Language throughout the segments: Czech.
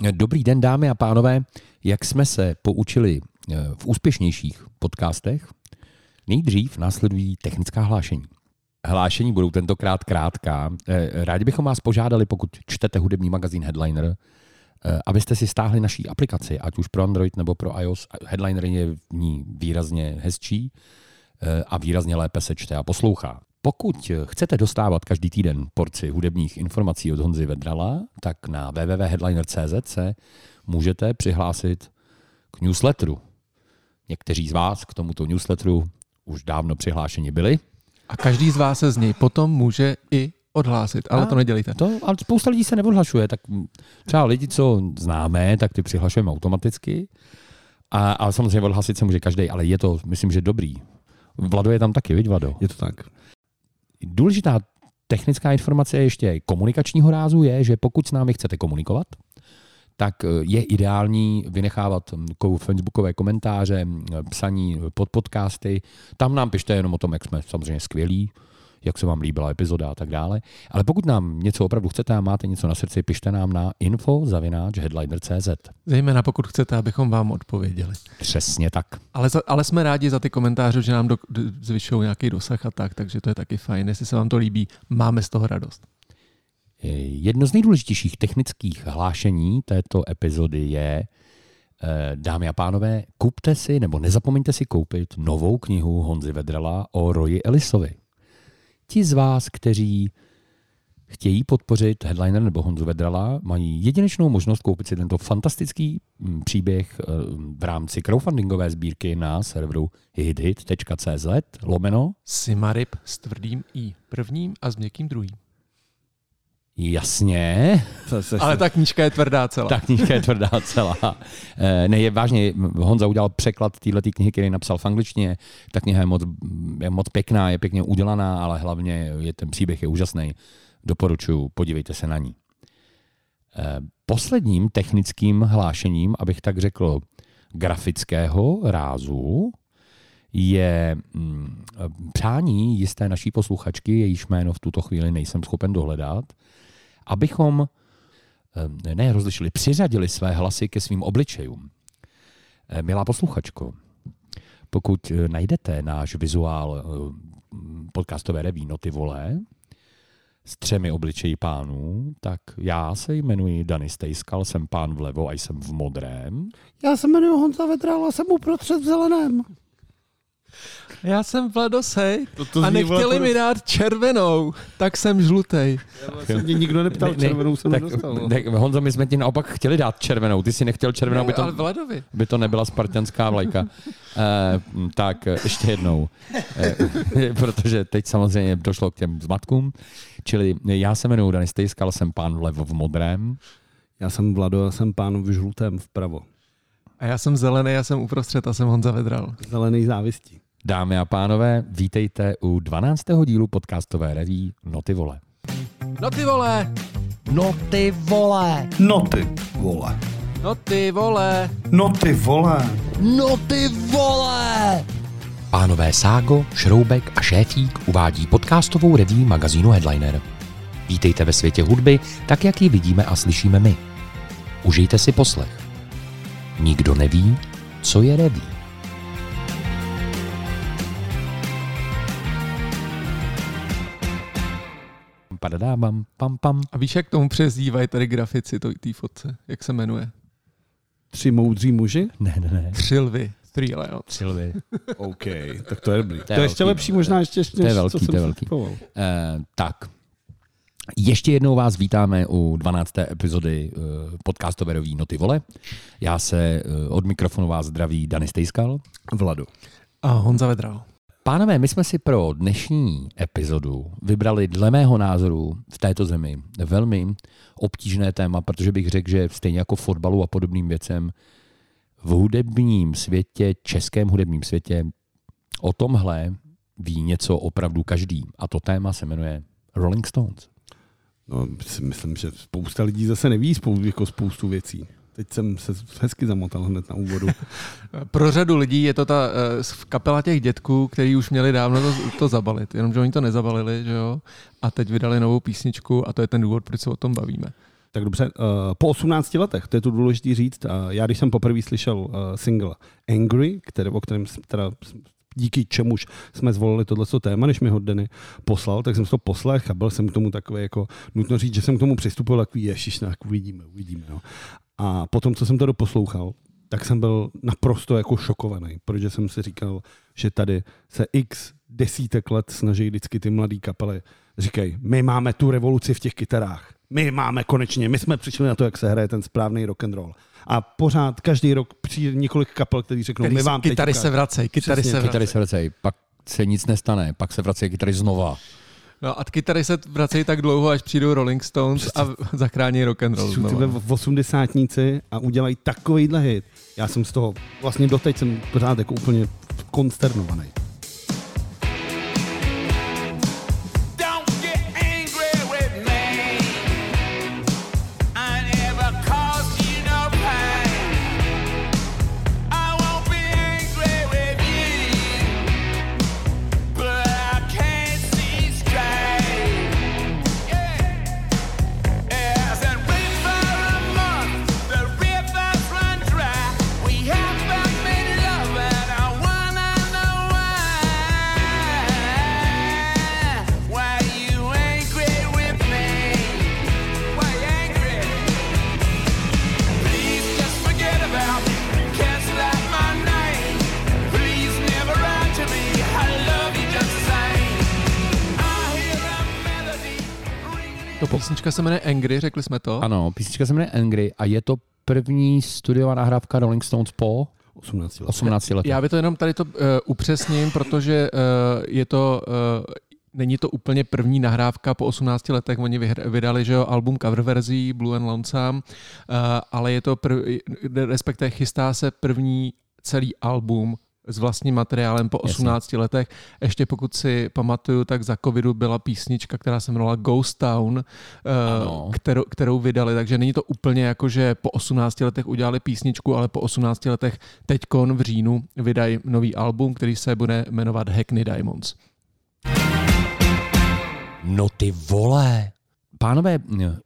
Dobrý den, dámy a pánové. Jak jsme se poučili v úspěšnějších podcastech, nejdřív následují technická hlášení. Hlášení budou tentokrát krátká. Rádi bychom vás požádali, pokud čtete hudební magazín Headliner, abyste si stáhli naší aplikaci, ať už pro Android nebo pro iOS. Headliner je v ní výrazně hezčí a výrazně lépe se čte a poslouchá. Pokud chcete dostávat každý týden porci hudebních informací od Honzy Vedrala, tak na www.headliner.cz se můžete přihlásit k newsletteru. Někteří z vás k tomuto newsletteru už dávno přihlášeni byli. A každý z vás se z něj potom může i odhlásit, ale to nedělejte. Ale spousta lidí se neodhlašuje, tak třeba lidi, co známe, tak ty přihlašujeme automaticky. Ale samozřejmě odhlasit se může každý, ale je to, myslím, že dobrý. Vlado je tam taky, viď Vlado? Je to tak. Důležitá technická informace ještě komunikačního rázu je, že pokud s námi chcete komunikovat, tak je ideální vynechávat facebookové komentáře, psaní pod podcasty. Tam nám pište jenom o tom, jak jsme samozřejmě skvělí, jak se vám líbila epizoda a tak dále. Ale pokud nám něco opravdu chcete a máte něco na srdci, pište nám na info@headliner.cz. Zejména pokud chcete, abychom vám odpověděli. Přesně tak. Ale jsme rádi za ty komentáře, že nám zvyšují nějaký dosah a tak, takže to je taky fajn. Jestli se vám to líbí, máme z toho radost. Jedno z nejdůležitějších technických hlášení této epizody je, dámy a pánové, kupte si nebo nezapomeňte si koupit novou knihu Honzy Vedrala o Royi Ellisovi. Ti z vás, kteří chtějí podpořit Headliner nebo Honzu Vedrala, mají jedinečnou možnost koupit si tento fantastický příběh v rámci crowdfundingové sbírky na serveru hithit.cz/Simarip s tvrdým i prvním a s měkkým druhým. Jasně. Ale ta knížka je tvrdá celá. Ta knížka je tvrdá celá. Ne, je vážně, Honza udělal překlad této knihy, který napsal v angličtině. Ta kniha je moc pěkná, je pěkně udělaná, ale hlavně ten příběh je úžasný. Doporučuji, podívejte se na ní. Posledním technickým hlášením, abych tak řekl, grafického rázu, je přání jisté naší posluchačky, jejíž jméno v tuto chvíli nejsem schopen dohledat, abychom rozlišili, přiřadili své hlasy ke svým obličejům. Milá posluchačko, pokud najdete náš vizuál podcastové reví No ty vole s 3 obličeji pánů, tak já se jmenuji Dany Stejskal, jsem pán vlevo a jsem v modrém. Já se jmenuji Honza Vedral a jsem uprostřed v zeleném. Já jsem Vlado Sej a nechtěli mi dát červenou, tak jsem žlutej. Já mě nikdo neptal, červenou jsem nedostal. Honzo, my jsme ti naopak chtěli dát červenou, ty si nechtěl červenou, by to nebyla spartanská vlajka. Tak ještě jednou, protože teď samozřejmě došlo k těm zmatkům, čili já se jmenuji Dany Stejskal, jsem pán vlevo v modrém. Já jsem Vlado a jsem pán v žlutém vpravo. A já jsem zelený, já jsem uprostřed a jsem Honza Vedral. Zelený závistí. Dámy a pánové, vítejte u 12. dílu podcastové reví No ty vole. No ty vole! No ty vole! No ty vole! No ty vole! No ty vole! No ty vole! Pánové Ságo, Šroubek a Šéfík uvádí podcastovou reví magazínu Headliner. Vítejte ve světě hudby, tak jak ji vidíme a slyšíme my. Užijte si poslech. Nikdo neví, co je reví. A víš, jak tomu přezdívají tady grafici té fotce? Jak se jmenuje? 3 moudří muži? Ne. 3 lvy. 3 lions. 3 lvy. OK, tak to je dobrý. To je ještě lepší možná, než to je velký, co to je jsem velký. Tak. Ještě jednou vás vítáme u 12. epizody podcastové reví No ty vole. Já se od mikrofonu vás zdraví Dany Stejskal. Vladu. A Honza Vedral. Pánové, my jsme si pro dnešní epizodu vybrali dle mého názoru v této zemi velmi obtížné téma, protože bych řekl, že stejně jako fotbalu a podobným věcem v hudebním světě, českém hudebním světě, o tomhle ví něco opravdu každý. A to téma se jmenuje Rolling Stones. No, myslím, že spousta lidí zase neví spoustu věcí. Teď jsem se hezky zamotal hned na úvodu. Pro řadu lidí je to ta kapela těch dětků, který už měli dávno to zabalit, jenomže oni to nezabalili, že jo? A teď vydali novou písničku a to je ten důvod, proč se o tom bavíme. Tak dobře, po 18 letech, to je tu důležité říct, já když jsem poprvé slyšel single Angry, o kterém teda díky čemuž jsme zvolili tohleto téma, než mi ho Denny poslal, tak jsem to poslech a byl jsem k tomu takový, jako nutno říct, že jsem k tomu přistupoval takový ježiš, tak uvidíme. No. A potom, co jsem to doposlouchal, tak jsem byl naprosto jako šokovaný, protože jsem si říkal, že tady se x desítek let snaží vždycky ty mladý kapely říkají, my máme tu revoluci v těch kytarách, my jsme přišli na to, jak se hraje ten správný rock and roll. A pořád každý rok přijde několik kapel, kteří řeknou, my vám kytary se vracejí, kytary se vracejí, pak se nic nestane, pak se vracejí kytary znova. No a kytary se vracejí tak dlouho, až přijdou Rolling Stones a zachrání rock and roll. Jsou v 80níci a udělají takovýhle hit. Já jsem z toho, vlastně doteď jsem pořád jako úplně konsternovaný. Písnička se jmenuje Angry, řekli jsme to? Ano, písnička se jmenuje Angry a je to první studiová nahrávka Rolling Stones po 18 letech. Já by to jenom tady to upřesním, protože je to... Není to úplně první nahrávka po 18 letech, oni vydali, že jo, album cover verzí Blue and Lonesome, ale je to respektive chystá se první celý album s vlastním materiálem po 18 letech. Ještě pokud si pamatuju, tak za covidu byla písnička, která se jmenovala Ghost Town, kterou vydali, takže není to úplně jako, že po 18 letech udělali písničku, ale po 18 letech teďkon v říjnu vydají nový album, který se bude jmenovat Hackney Diamonds. No ty vole. Pánové,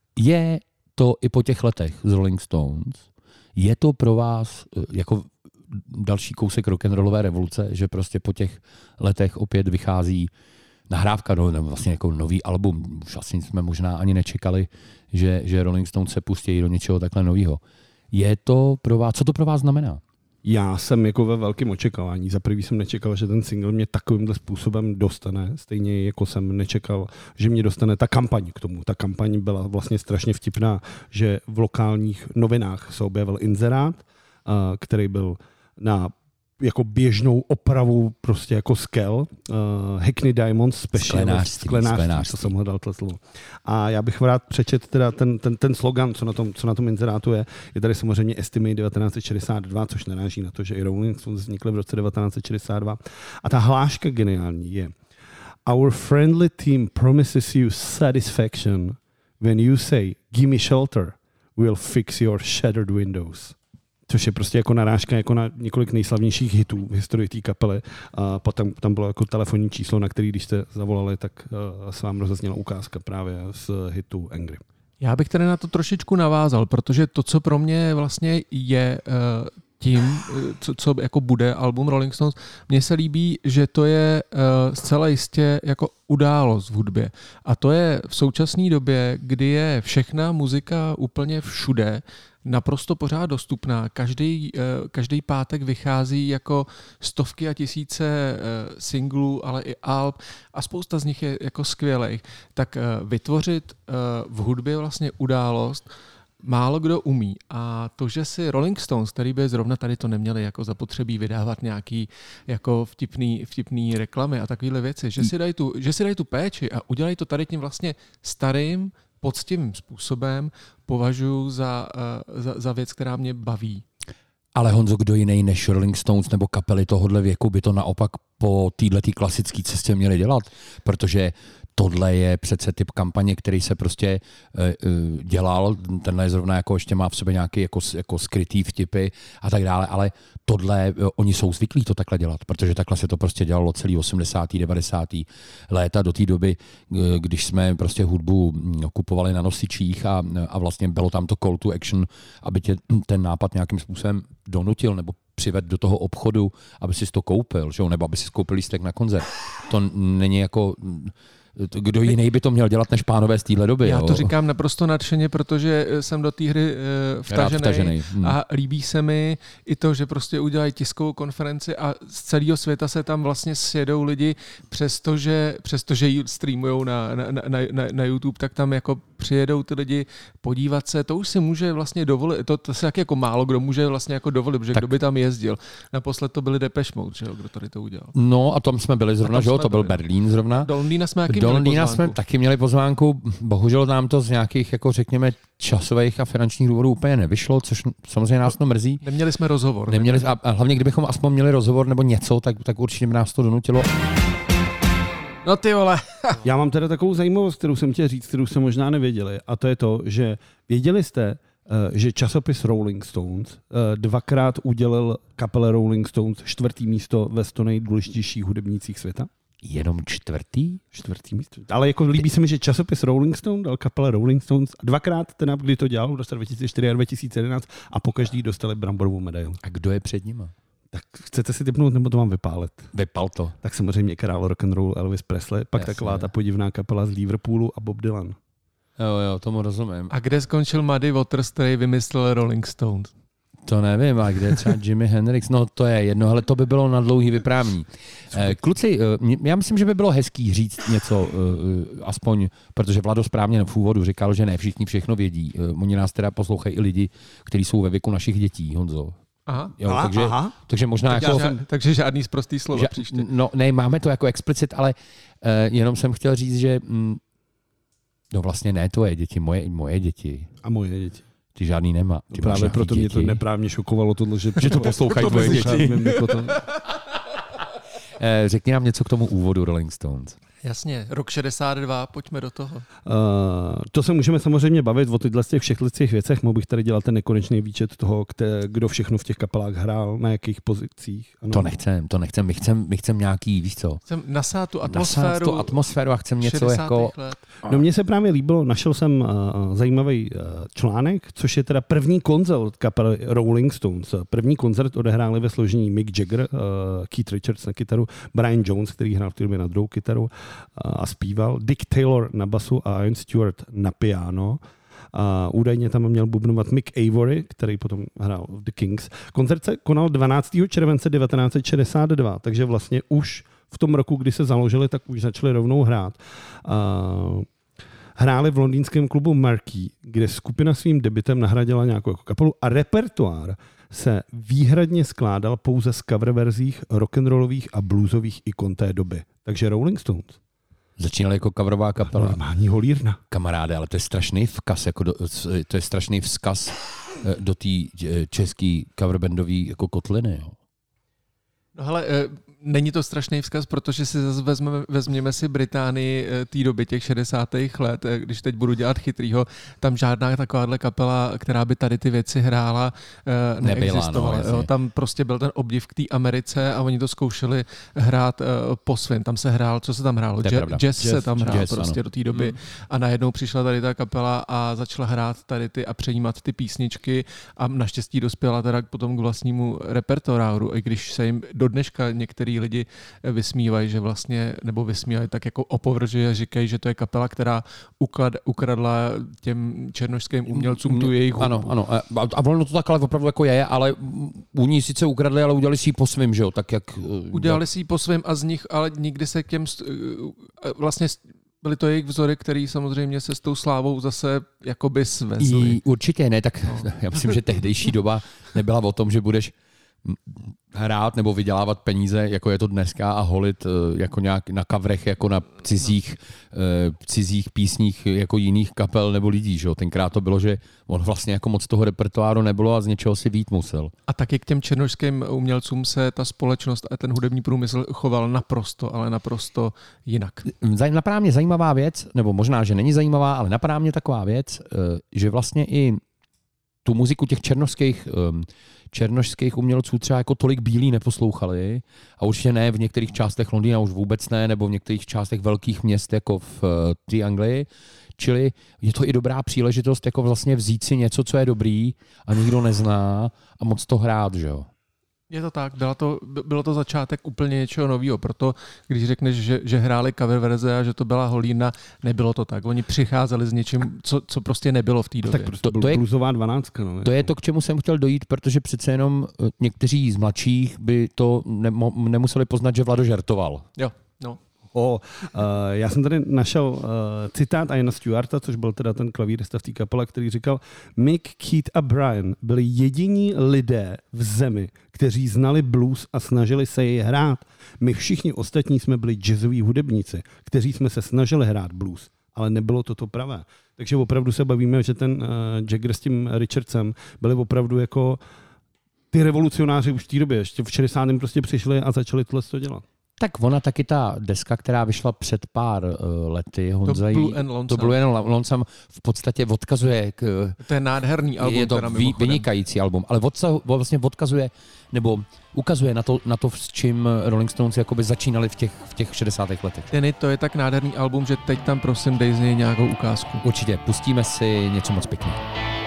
je to i po těch letech z Rolling Stones, je to pro vás jako další kousek rock'n'rollové revoluce, že prostě po těch letech opět vychází nahrávka, vlastně jako nový album. Už asi jsme možná ani nečekali, že Rolling Stones se pustí do něčeho takhle nového. Je to pro vás, co to pro vás znamená? Já jsem jako ve velkém očekávání. Za prvý jsem nečekal, že ten single mě takovýmhle způsobem dostane. Stejně jako jsem nečekal, že mě dostane ta kampaň k tomu. Ta kampaň byla vlastně strašně vtipná, že v lokálních novinách se objevil inzerát, který byl na jako běžnou opravu prostě jako skel. Hackney Diamonds Special. Sklenářství, to jsem hledal to slovo. A já bych rád přečet teda ten slogan, co na tom inzerátu je. Je tady samozřejmě Estimate 1962, což naráží na to, že i Rolling Stones vznikly v roce 1962. A ta hláška geniální je: Our friendly team promises you satisfaction when you say give me shelter, we'll fix your shattered windows. Což je prostě jako narážka jako na několik nejslavnějších hitů v historii té kapely. A potom tam bylo jako telefonní číslo, na který, když jste zavolali, tak se vám rozezněla ukázka právě z hitu Angry. Já bych tady na to trošičku navázal, protože to, co pro mě vlastně je tím, co jako bude album Rolling Stones, mně se líbí, že to je zcela jistě jako událost v hudbě. A to je v současné době, kdy je všechna muzika úplně všude, naprosto pořád dostupná. Každý pátek vychází jako stovky a tisíce singlů, ale i alb a spousta z nich je jako skvělých. Tak vytvořit v hudbě vlastně událost málo kdo umí. A to, že si Rolling Stones, který by zrovna tady to neměli jako zapotřebí vydávat nějaký jako vtipný reklamy a takovéhle věci, že si dají tu péči a udělají to tady tím vlastně starým, poctivým způsobem, považuji za věc, která mě baví. Ale Honzo, kdo jiný než Rolling Stones nebo kapely tohohle věku by to naopak po této klasické cestě měli dělat, protože tohle je přece typ kampaně, který se prostě dělal, tenhle zrovna jako ještě má v sobě nějaký jako skrytý vtipy a tak dále, ale tohle, oni jsou zvyklí to takhle dělat, protože takhle se to prostě dělalo celý 80. 90. léta do té doby, když jsme prostě hudbu kupovali na nosičích a vlastně bylo tam to call to action, aby tě ten nápad nějakým způsobem donutil nebo přived do toho obchodu, aby si to koupil, že? Nebo aby si koupil lístek na koncert. To není jako... Kdo jiný by to měl dělat než pánové z téhle doby? Já to říkám naprosto nadšeně, protože jsem do té hry vtažený. A líbí se mi i to, že prostě udělají tiskovou konferenci a z celého světa se tam vlastně sjedou lidi, přestože ji streamujou na YouTube, tak tam jako přijedou ty lidi podívat se. To už si může vlastně dovolit, to se jako málo kdo může vlastně jako dovolit, protože kdo by tam jezdil. Naposled to byli Depeche Mode, že jo, kdo tady to udělal. No a tam jsme byli zrovna, že jo, to byl Berlín zrovna. Do Londýna jsme taky měli pozvánku, bohužel nám to z nějakých, jako řekněme, časových a finančních důvodů úplně nevyšlo, což samozřejmě nás to mrzí. Neměli jsme rozhovor. A hlavně, kdybychom aspoň měli rozhovor nebo něco, tak určitě by nás to donutilo. No ty vole. Já mám teda takovou zajímavost, kterou jsem chtěl říct, kterou jsem možná nevěděli, a to je to, že věděli jste, že časopis Rolling Stones dvakrát udělil kapele Rolling Stones 4. místo ve 100 nejdůležitějších hudebnících světa? Jenom 4. místo. Ale jako líbí se mi, že časopis Rolling Stone dal kapele Rolling Stones dvakrát, kdy to dělal, v roce 2004 a 2011 a pokaždý dostali bramborovou medaili. A kdo je před nima? Tak chcete si tipnout, nebo to mám vypálit? Vypal to. Tak samozřejmě král rock'n'roll Elvis Presley, pak jasně, taková ta podivná kapela z Liverpoolu a Bob Dylan. Jo, tomu rozumím. A kde skončil Muddy Waters, který vymyslel Rolling Stones? To nevím, a kde třeba Jimi Hendrix, no to je jedno, ale to by bylo na dlouhý vyprávění. Kluci, já myslím, že by bylo hezký říct něco, aspoň, protože Vlado správně v úvodu říkal, že ne všichni všechno vědí. Oni nás teda poslouchají i lidi, kteří jsou ve věku našich dětí, Honzo. Aha. Jo, takže možná tak jako... Takže žádný sprostý slovo příště. No ne, máme to jako explicit, ale jenom jsem chtěl říct, že no vlastně ne tvoje děti, moje děti. A moje děti. Ty žádný nemá. Ty právě proto děti. Mě to neprávně šokovalo tohle, že to poslouchají tvoje děti. Řekni nám něco k tomu úvodu Rolling Stones. Jasně, rok 62, pojďme do toho. To se můžeme samozřejmě bavit o všech těch věcech. Mohl bych tady dělat ten nekonečný výčet toho, kdo všechno v těch kapelách hrál, na jakých pozicích. Ano. To nechcem. My chcem nějaký, víš co? Chcem nasát tu atmosféru a chcem něco jako... No mně se právě líbilo, našel jsem zajímavý článek, což je teda první koncert kapely Rolling Stones. První koncert odehráli ve složení Mick Jagger, Keith Richards na kytaru, Brian Jones, který hrál v té době na druhou kytaru a zpíval, Dick Taylor na basu a Ian Stewart na piano. A údajně tam měl bubnovat Mick Avory, který potom hrál v The Kings. Koncert se konal 12. července 1962, takže vlastně už v tom roku, kdy se založili, tak už začali rovnou hrát. Hráli v londýnském klubu Marquee, kde skupina svým debutem nahradila nějakou jako kapelu a repertoár se výhradně skládal pouze z cover verzích rock'n'rollových a bluesových ikon té doby. Takže Rolling Stones začínali jako coverová kapela. Normální holírna. Kamaráde, ale to je strašný vzkaz, to je strašný vzkaz do té české coverbandové jako kotliny. Jo. No hele, není to strašný vzkaz, protože si zase vezměme si Británii té doby, těch 60. let, když teď budu dělat chytrýho, tam žádná takováhle kapela, která by tady ty věci hrála, neexistovala. No, tam prostě byl ten obdiv k té Americe a oni to zkoušeli hrát po svém. Tam se hrál, co se tam hrálo? Jazz se tam hrál prostě do té doby. A najednou přišla tady ta kapela a začala hrát tady ty a přejímat ty písničky a naštěstí dospěla teda potom k vlastnímu repertoáru, i když se jim do dneška některý lidi vysmívají, že vlastně, nebo vysmívají tak jako opovrže, říkají, že to je kapela, která ukradla těm černošským umělcům tu jejich hudbu. Ano. A ono to takhle opravdu jako je, ale u ní sice ukradli, ale udělali si ji po svým, že jo? Tak jak... Udělali si ji po svým a z nich, ale nikdy se k těm... Vlastně byly to jejich vzory, který samozřejmě se s tou slávou zase jakoby svezli. Určitě ne, tak já myslím, že tehdejší doba nebyla o tom, že budeš hrát nebo vydělávat peníze, jako je to dneska, a holit jako nějak na coverech, jako na cizích písních jako jiných kapel nebo lidí. Že? Tenkrát to bylo, že on vlastně jako moc toho repertoáru nebylo a z něčeho si vít musel. A taky k těm černošským umělcům se ta společnost a ten hudební průmysl choval ale naprosto jinak. Napadá mě zajímavá věc, nebo možná, že není zajímavá, ale napadá mě taková věc, že vlastně i tu muziku těch černošských umělců třeba jako tolik bílí neposlouchali a určitě ne v některých částech Londýna, už vůbec ne, nebo v některých částech velkých měst jako v té Anglii. Čili je to i dobrá příležitost jako vlastně vzít si něco, co je dobrý a nikdo nezná a moc to hrát, že jo? Je to tak, bylo to začátek úplně něčeho nového, proto když řekneš, že hráli cover verze a že to byla holína, nebylo to tak. Oni přicházeli s něčím, co prostě nebylo v té době. Tak prostě to je bluesová 12. No, to je to, k čemu jsem chtěl dojít, protože přece jenom někteří z mladších by to nemuseli poznat, že Vlado žertoval. Jo, no. Já jsem tady našel citát Iana Stewarta, což byl teda ten klavírista v té kapele, který říkal: Mick, Keith a Brian byli jediní lidé v zemi, kteří znali blues a snažili se jej hrát. My všichni ostatní jsme byli jazzoví hudebníci, kteří jsme se snažili hrát blues, ale nebylo to pravé. Takže opravdu se bavíme, že ten Jagger s tím Richardsem byli opravdu jako ty revolucionáři už v té době. Ještě v 60. prostě přišli a začali tohle dělat. Tak ona taky ta deska, která vyšla před pár lety, Honza, to Blue and Lonesome v podstatě odkazuje k... To je nádherný album. Je to vynikající album, ale vlastně odkazuje, nebo ukazuje na to, s čím Rolling Stones jakoby začínali v těch 60. letech. To je tak nádherný album, že teď tam prosím dej z něj nějakou ukázku. Určitě, pustíme si něco moc pěkného.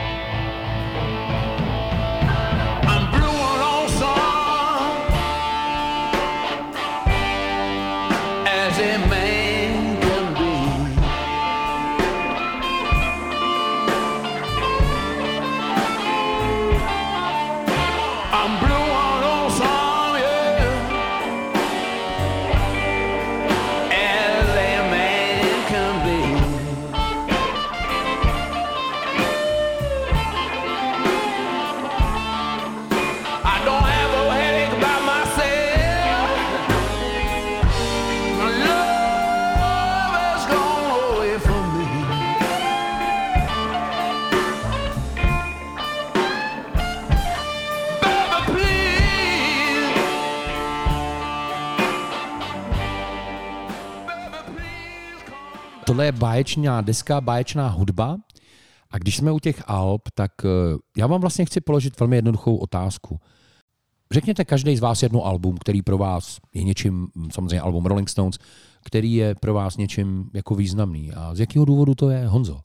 Tohle je báječná deska, báječná hudba. A když jsme u těch alb, tak já vám vlastně chci položit velmi jednoduchou otázku. Řekněte každý z vás jedno album, který pro vás je něčím, samozřejmě album Rolling Stones, který je pro vás něčím jako významný. A z jakého důvodu to je, Honzo?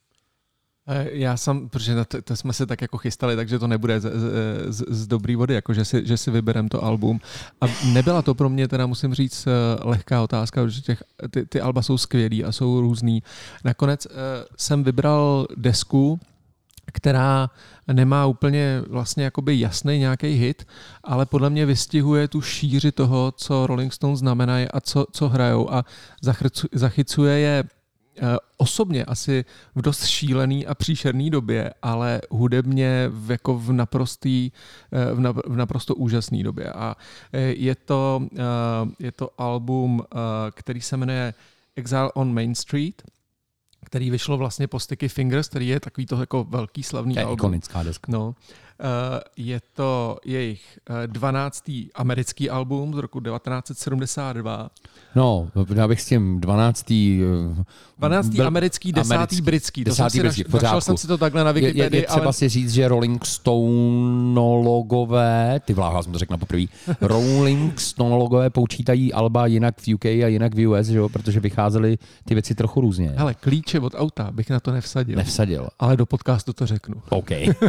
Já jsem, protože to jsme se tak jako chystali, takže to nebude z dobrý vody, jako že si vyberem to album. A nebyla to pro mě, teda musím říct, lehká otázka, protože ty alba jsou skvělý a jsou různý. Nakonec jsem vybral desku, která nemá úplně vlastně jakoby jasný nějaký hit, ale podle mě vystihuje tu šíři toho, co Rolling Stones znamenají a co hrajou, a zachycuje je osobně asi v dost šílený a příšerný době, ale hudebně v naprosto úžasný době. A je to album, který se jmenuje Exile on Main Street, který vyšlo vlastně po Sticky Fingers, který je takový to jako velký slavný album. Ikonická deska. No. Je to jejich 12. americký album z roku 1972. No, já bych s tím 12. americký, 10. britský. Našel jsem si to takhle na Wikipedii. Je třeba si říct, že Rolling Stonologové, já jsem to řekl na poprvé, Rolling Stonologové počítají alba jinak v UK a jinak v US, že jo? Protože vycházely ty věci trochu různě. Hele, klíče od auta bych na to nevsadil. Ale do podcastu to řeknu. OK.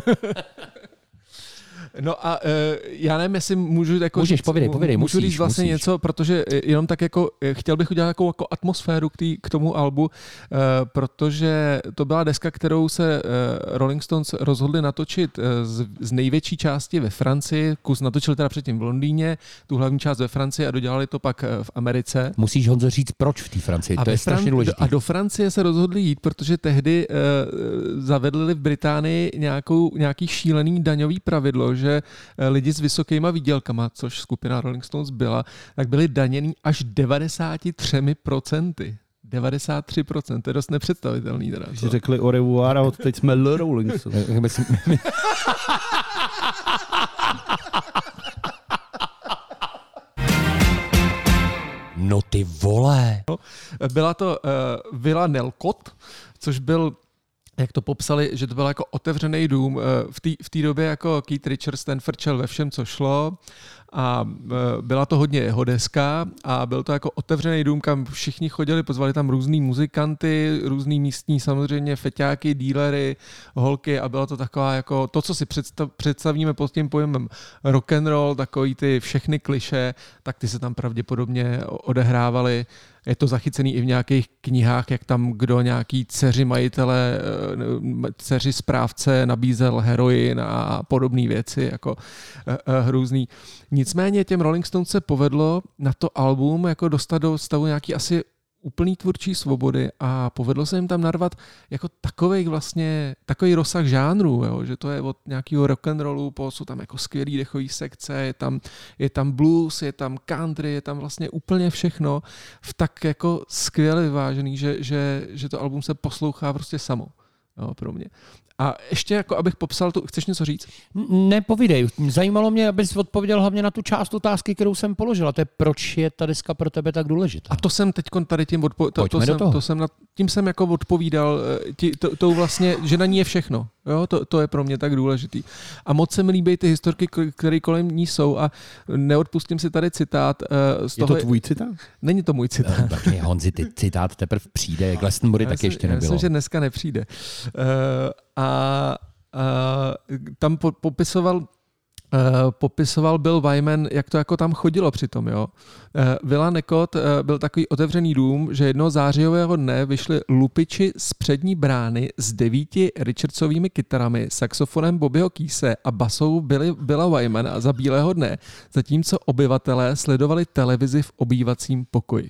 No a já nevím, jestli můžu povědej, můžu říct vlastně něco, protože jenom tak jako chtěl bych udělat jako atmosféru k tomu albu, protože to byla deska, kterou se Rolling Stones rozhodli natočit z největší části ve Francii, kus natočili teda předtím v Londýně, tu hlavní část ve Francii a dodělali to pak v Americe. Musíš, Honzo, říct, proč v té Francii, to je strašně důležité. A do Francie se rozhodli jít, protože tehdy zavedli v Británii nějaký šílený daňový pravidlo, že že lidi s vysokýma výdělkama, což skupina Rolling Stones byla, tak byli daněni až 93%. 93%, to je dost nepředstavitelný. Teda, když řekli au revoir a od teď jsme Le Rolling Stones. No ty vole. Byla to Villa Nelcott, což byl, jak to popsali, že to byl jako otevřený dům. V té době jako Keith Richards ten frčel ve všem, co šlo, a byla to hodně jeho deska a byl to jako otevřený dům, kam všichni chodili, pozvali tam různý muzikanty, různý místní samozřejmě feťáky, dílery, holky a bylo to taková jako to, co si představíme pod tím pojmem rock and roll, takový ty všechny klišé, tak ty se tam pravděpodobně odehrávaly. Je to zachycený i v nějakých knihách, jak tam kdo nějaký dceři majitele, dceři správce nabízel heroin a podobné věci, jako hrůzný. Nicméně těm Rolling Stones se povedlo na to album jako dostat do stavu nějaký asi úplný tvůrčí svobody a povedlo se jim tam narvat jako takový rozsah žánrů, jo? Že to je od nějakého rock'n'rollu po jsou tam jako skvělý dechový sekce, je tam blues, je tam country, je tam vlastně úplně všechno v tak jako skvěle vyvážený, že to album se poslouchá prostě samo, jo, pro mě. A ještě jako abych popsal tu, chceš něco říct? Nepovídej. Zajímalo mě, abys odpověděl hlavně na tu část otázky, kterou jsem položila. To je, proč je ta deska pro tebe tak důležitá. A to jsem teď tady tím tím jsem jako odpovídal, to vlastně, že na ní je všechno. Jo? To je pro mě tak důležitý. A moc se mi líbí ty historky, které kolem ní jsou a neodpustím si tady citát. Je to tvůj citát? Není to můj citát. Honzi, ty citát teprve přijde, jak Glastonbury tak ještě nebylo. Myslím, že dneska nepřijde. Tam popisoval Bill Wyman, jak to jako tam chodilo přitom, jo. Villa Nelcott byl takový otevřený dům, že jednoho zářijového dne vyšli lupiči z přední brány s 9 Richardsovými kytarami, saxofonem Bobbyho Keese a basou Billa Wymana za bílého dne, zatímco obyvatelé sledovali televizi v obývacím pokoji.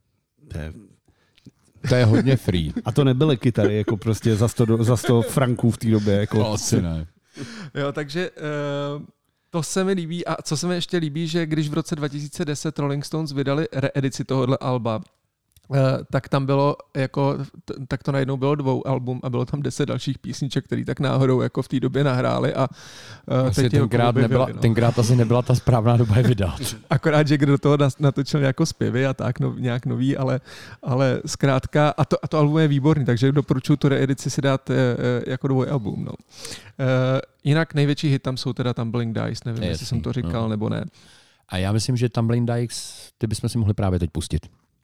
To je hodně free. A to nebyly kytary, jako prostě za 100 franků v té době. Jako. Asi ne. Jo, takže to se mi líbí. A co se mi ještě líbí, že když v roce 2010 Rolling Stones vydali reedici tohohle alba, tak tam bylo jako, tak to najednou bylo 2 album a bylo tam 10 dalších písniček, které tak náhodou jako v té době nahráli a teď tenkrát asi nebyla ta správná doba je vydat. Akorát, že kdo do toho natočil jako zpěvy a tak, nějak nový, ale zkrátka, a to album je výborný, takže doporučuji tu reedici si dát jako 2 album. No. Jinak největší hit tam jsou teda Tumbling Dice, nevím, jestli jsem to říkal nebo ne. A já myslím, že Tumbling Dice, ty bychom si mohli právě teď pustit.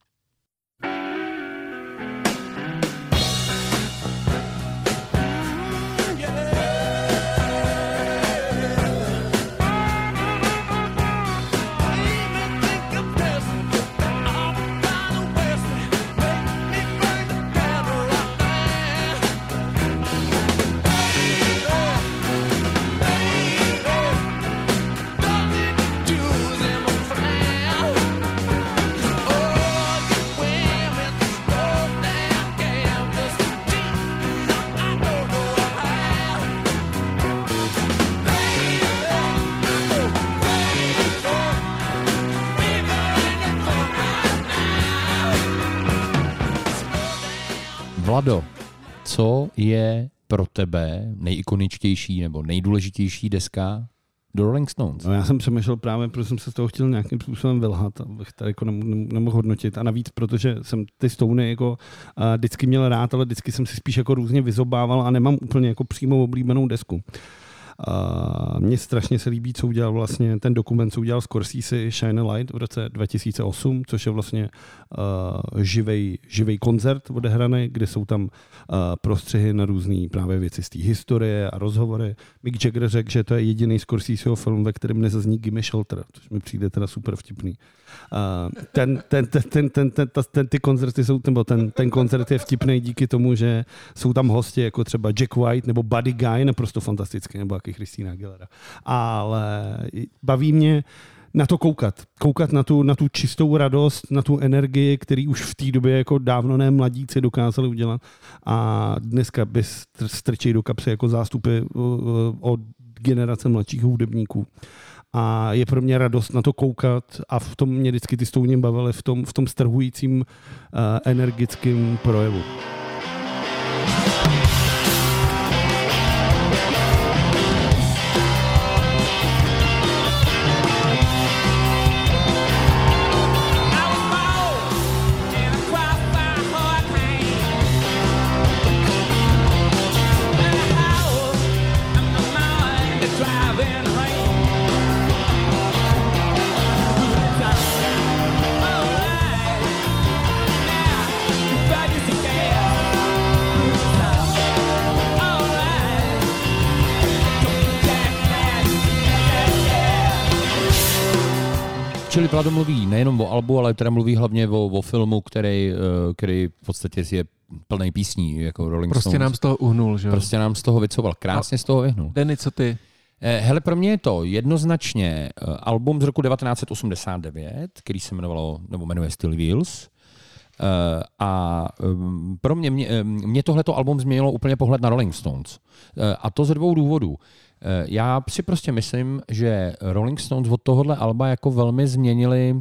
Vlado, co je pro tebe nejikoničtější nebo nejdůležitější deska do Rolling Stones? No, já jsem přemýšlel právě, protože jsem se z toho chtěl nějakým způsobem vylhat, abych tady jako nemohl hodnotit. A navíc, protože jsem ty Stony jako vždycky měl rád, ale vždycky jsem si spíš jako různě vyzobával a nemám úplně jako přímo oblíbenou desku. Mně strašně se líbí, co udělal vlastně ten dokument, co udělal Scorsese Shine a Light v roce 2008, což je vlastně živej koncert odehraný, kde jsou tam prostřihy na různé právě věci z té historie a rozhovory. Mick Jagger řekl, že to je jediný Scorseseho film, ve kterém nezazní Gimme Shelter, což mi přijde teda super vtipný. Ty koncerty jsou, nebo ten koncert je vtipný díky tomu, že jsou tam hosti jako třeba Jack White nebo Buddy Guy, naprosto fantastický, nebo jaký Christina Aguilera. Ale baví mě na to koukat na tu čistou radost, na tu energii, který už v té době jako dávno ne mladíci dokázali udělat. A dneska bez strčí do kapsy jako zástupy od generace mladších hudebníků. A je pro mě radost na to koukat a v tom mě vždycky ty Stouni bavily v tom strhujícím energickém projevu. Čili Vlado mluví nejenom o albu, ale teda mluví hlavně o filmu, který v podstatě je plný písní, jako Rolling Stones. Prostě nám z toho uhnul, že jo? Prostě nám z toho vycoval, krásně z toho vyhnul. Denny, co ty? Hele, pro mě je to jednoznačně album z roku 1989, který se jmenuje Steel Wheels. A pro mě tohleto album změnilo úplně pohled na Rolling Stones. A to ze 2 důvodů. Já si prostě myslím, že Rolling Stones od tohohle alba jako velmi změnili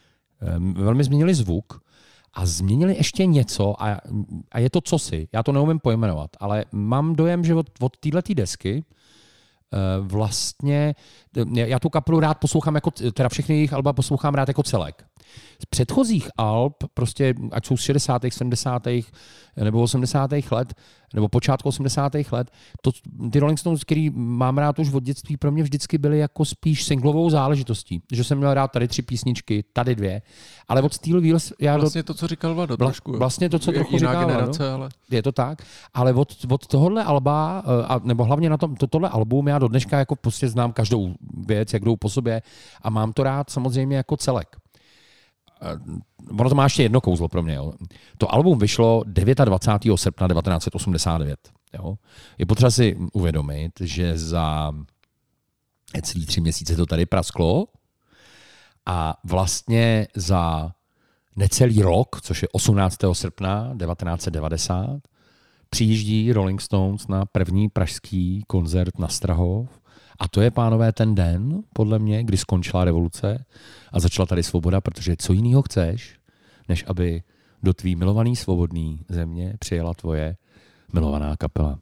zvuk a změnili ještě něco a je to cosi. Já to neumím pojmenovat, ale mám dojem, že od téhletý desky vlastně, já tu kapelu rád poslouchám teda všechny jejich alba poslouchám rád jako celek. Z předchozích alb, prostě ať jsou z 60., 70. nebo 80. let, nebo počátku 80. let, ty Rolling Stones, který mám rád už od dětství, pro mě vždycky byly jako spíš singlovou záležitostí. Že jsem měl rád tady 3 písničky, tady 2, ale od Steel Wheels... Vlastně to, co říkal Vlado trošku. Vlastně to, co trochu říkal generace, ale... Je to tak, ale od tohohle alba, nebo hlavně na tohle album, já do dneška jako prostě znám každou věc, jak jdou po sobě a mám to rád samozřejmě jako celek. Ono to má ještě jedno kouzlo pro mě. Jo. To album vyšlo 29. srpna 1989. Jo. Je potřeba si uvědomit, že za celý 3 měsíce to tady prasklo a vlastně za necelý rok, což je 18. srpna 1990, přijíždí Rolling Stones na první pražský koncert na Strahov. A to je, pánové, ten den, podle mě, kdy skončila revoluce a začala tady svoboda, protože co jiného chceš, než aby do tvý milovaný svobodný země přijela tvoje milovaná kapela.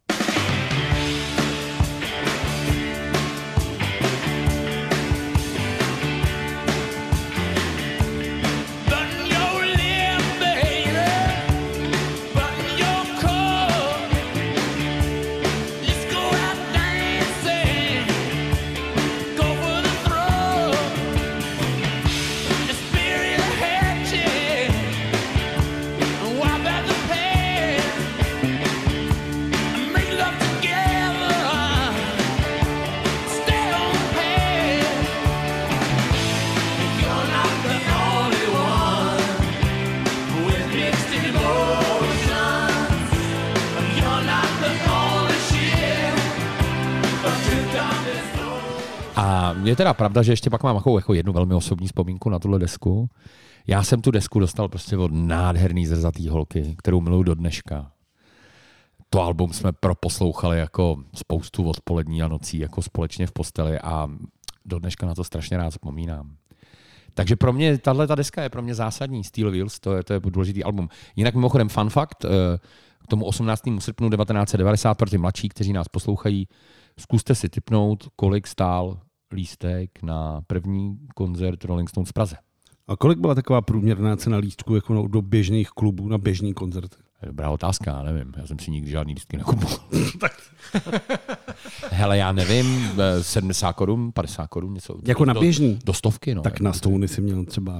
Je teda pravda, že ještě pak mám jako jednu velmi osobní vzpomínku na tuhle desku. Já jsem tu desku dostal prostě od nádherný zrzatý holky, kterou miluju do dneška. To album jsme proposlouchali jako spoustu odpolední a nocí jako společně v posteli a do dneška na to strašně rád vzpomínám. Takže pro mě tahle deska je pro mě zásadní. Steel Wheels, to je důležitý album. Jinak mimochodem fun fact, k tomu 18. srpnu 1990 pro ty mladší, kteří nás poslouchají, zkuste si tipnout, kolik stál lístek na první koncert Rolling Stones v Praze. A kolik byla taková průměrná cena lístku jako do běžných klubů na běžný koncert? Dobrá otázka, já nevím. Já jsem si nikdy žádný lístky nekupoval. Hele, já nevím, 70 korun, 50 korun, něco. Jako na běžný? Do 100, no. Tak na Stony si měl třeba,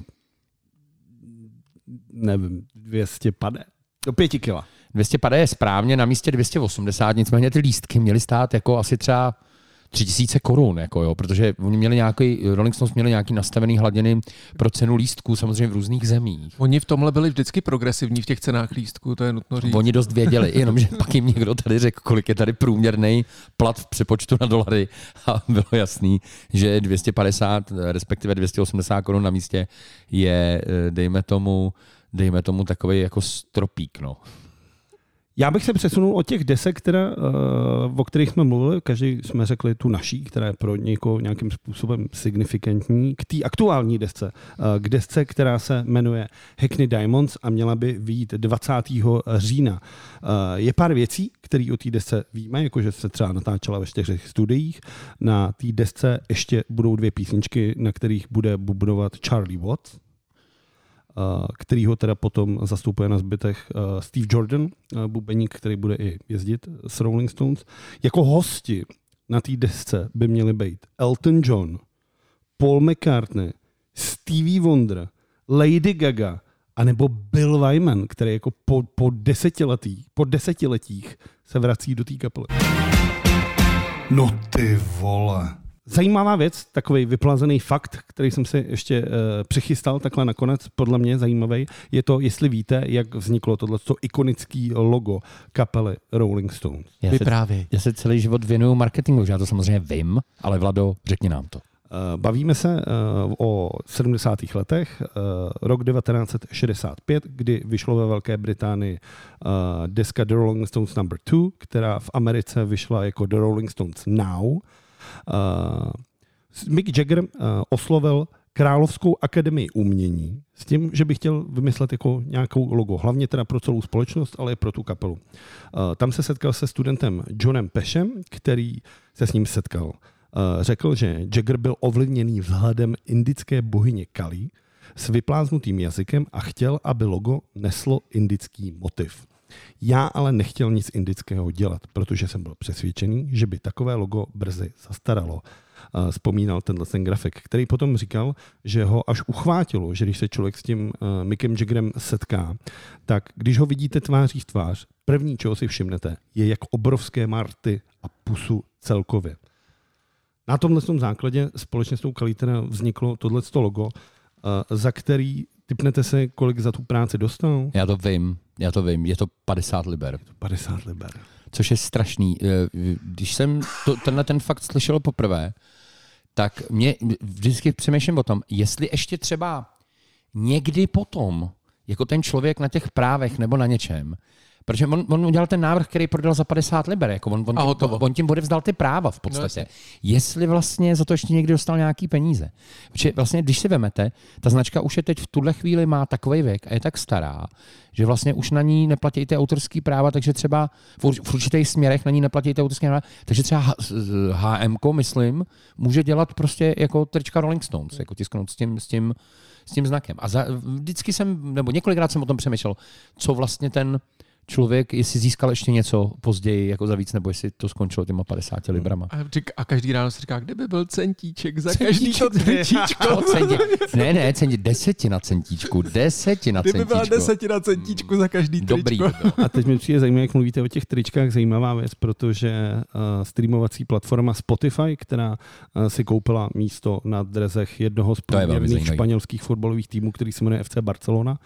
nevím, 250. Do 5 kila. 250 je správně, na místě 280, nicméně ty lístky měly stát jako asi třeba 3000 korun, jako jo, protože oni měli Rolling Stones měli nějaký nastavený hladiny pro cenu lístků, samozřejmě v různých zemích. Oni v tomhle byli vždycky progresivní v těch cenách lístků, to je nutno říct. Oni dost věděli, jenomže pak jim někdo tady řekl, kolik je tady průměrný plat v přepočtu na dolary a bylo jasný, že 250, respektive 280 korun na místě je, dejme tomu takový jako stropík, no. Já bych se přesunul od těch desek, o kterých jsme mluvili, každý jsme řekli tu naší, která je pro někoho nějakým způsobem signifikantní, k té aktuální desce, k desce, která se jmenuje Hackney Diamonds a měla by vyjít 20. října. Je pár věcí, které o té desce víme, jakože se třeba natáčela ve 4 studiích. Na té desce ještě budou 2 písničky, na kterých bude bubnovat Charlie Watts, který ho teda potom zastupuje na zbytech Steve Jordan, bubeník, který bude i jezdit s Rolling Stones. Jako hosti na té desce by měli být Elton John, Paul McCartney, Stevie Wonder, Lady Gaga anebo Bill Wyman, který jako po desetiletích se vrací do té kapely. No ty vole. Zajímavá věc, takový vyplazený fakt, který jsem si ještě přichystal takhle nakonec, podle mě zajímavý, je to, jestli víte, jak vzniklo tohleto ikonické logo kapely Rolling Stones. Já se celý život věnuju marketingu, že já to samozřejmě vím, ale Vlado, řekni nám to. Bavíme se o 70. letech, rok 1965, kdy vyšlo ve Velké Británii deska The Rolling Stones No. 2, která v Americe vyšla jako The Rolling Stones Now. Mick Jagger oslovil Královskou akademii umění s tím, že by chtěl vymyslet jako nějakou logo, hlavně teda pro celou společnost, ale i pro tu kapelu. Tam se setkal se studentem Johnem Peshem, který se s ním setkal. Řekl, že Jagger byl ovlivněný vzhledem indické bohyně Kali s vypláznutým jazykem a chtěl, aby logo neslo indický motiv. Já ale nechtěl nic indického dělat, protože jsem byl přesvědčený, že by takové logo brzy zastaralo. Vzpomínal ten grafik, který potom říkal, že ho až uchvátilo, že když se člověk s tím Mickem Jaggerem setká, tak když ho vidíte tváří v tvář, první, čeho si všimnete, je, jak obrovské má rty a pusu celkově. Na tomhle základě společně s tou Kalí vzniklo tohleto logo, za který tipnete se, kolik za tu práci dostal? Já to vím. Je to 50 liber. 50 liber. Což je strašný. Když jsem ten fakt slyšel poprvé, tak mě vždycky přemýšlím o tom, jestli ještě třeba někdy potom, jako ten člověk na těch právech nebo na něčem, protože on udělal ten návrh, který prodal za 50 liber, jako on tím odevzdal ty práva v podstatě. No, jestli vlastně za to ještě někdy dostal nějaký peníze. Protože vlastně, když si vemete, ta značka už je teď v tuhle chvíli má takovej věk a je tak stará, že vlastně už na ní neplatí ty autorský práva, takže třeba v určitých směrech na ní neplatí ty autorské práva, takže třeba H&M, myslím, může dělat prostě jako trička Rolling Stones, jako tisknout s tím znakem. A vždycky nebo několikrát jsem o tom přemýšlel, co vlastně ten člověk, jestli získal ještě něco později jako za víc, nebo jestli to skončilo těma 50 librama. A každý ráno si říká, kde by byl centíček za každý to centíčko. Ne, desetina centíčku. Kdyby byla desetina centíčku za každý tričko. Dobrý. A teď mi přijde zajímavé, jak mluvíte o těch tričkách, zajímavá věc, protože streamovací platforma Spotify, která si koupila místo na drezech jednoho z průměrných španělských fotbalových týmů, který se jmenuje FC Barcelona,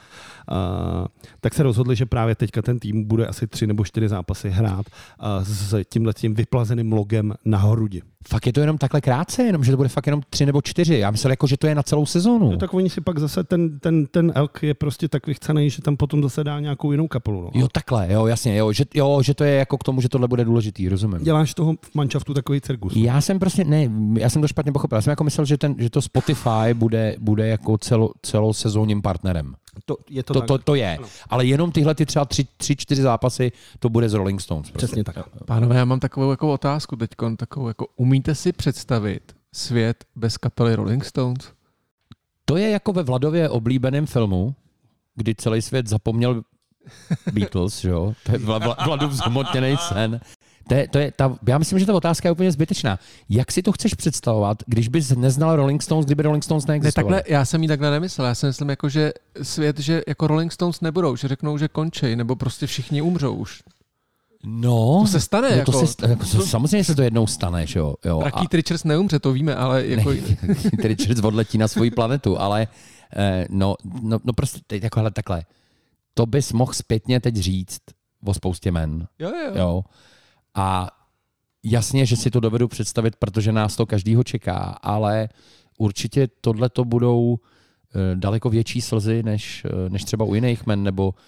tak se rozhodli, že právě teďka ten tým bude asi 3 nebo 4 zápasy hrát s tímhletím vyplazeným logem na hrudi. Fakt je to jenom takhle krátce, jenom že to bude fakt jenom 3 nebo 4. Já myslel, jako, že to je na celou sezónu. No, tak oni si pak zase ten elk je prostě tak vychcený, že tam potom zase dá nějakou jinou kapelu. No. Jo, takhle, jo, jasně, že to je jako k tomu, že tohle bude důležitý, rozumím. Děláš toho v manšaftu takový cirkus. Já jsem to špatně pochopil. Já jsem jako myslel, že to Spotify bude jako celosezónním partnerem. To je. Ano. Ale jenom tyhle třeba 3-4 zápasy to bude z Rolling Stones. Prostě. Přesně tak. Pánové, já mám takovou jako otázku teď. Umíte si představit svět bez kapely Rolling Stones? To je jako ve Vladově oblíbeném filmu, kdy celý svět zapomněl Beatles, že jo? To je Vladův zhmotněný sen. Já myslím, že ta otázka je úplně zbytečná. Jak si to chceš představovat, když bys neznal Rolling Stones, kdyby Rolling Stones neexistovali? Ne, takhle, já jsem jí takhle nemyslel. Já si myslím, jako, že svět, že jako Rolling Stones nebudou, že řeknou, že končí, nebo prostě všichni umřou už. No, to se stane. Samozřejmě se to jednou stane, že jo. Keith Richards neumře, to víme, ale jako... Keith Richards odletí na svoji planetu, ale no prostě takhle. To bys mohl zpětně teď říct o spoustě men. Jo. A jasně, že si to dovedu představit, protože nás to každýho čeká, ale určitě tohle to budou daleko větší slzy, než třeba u jiných men,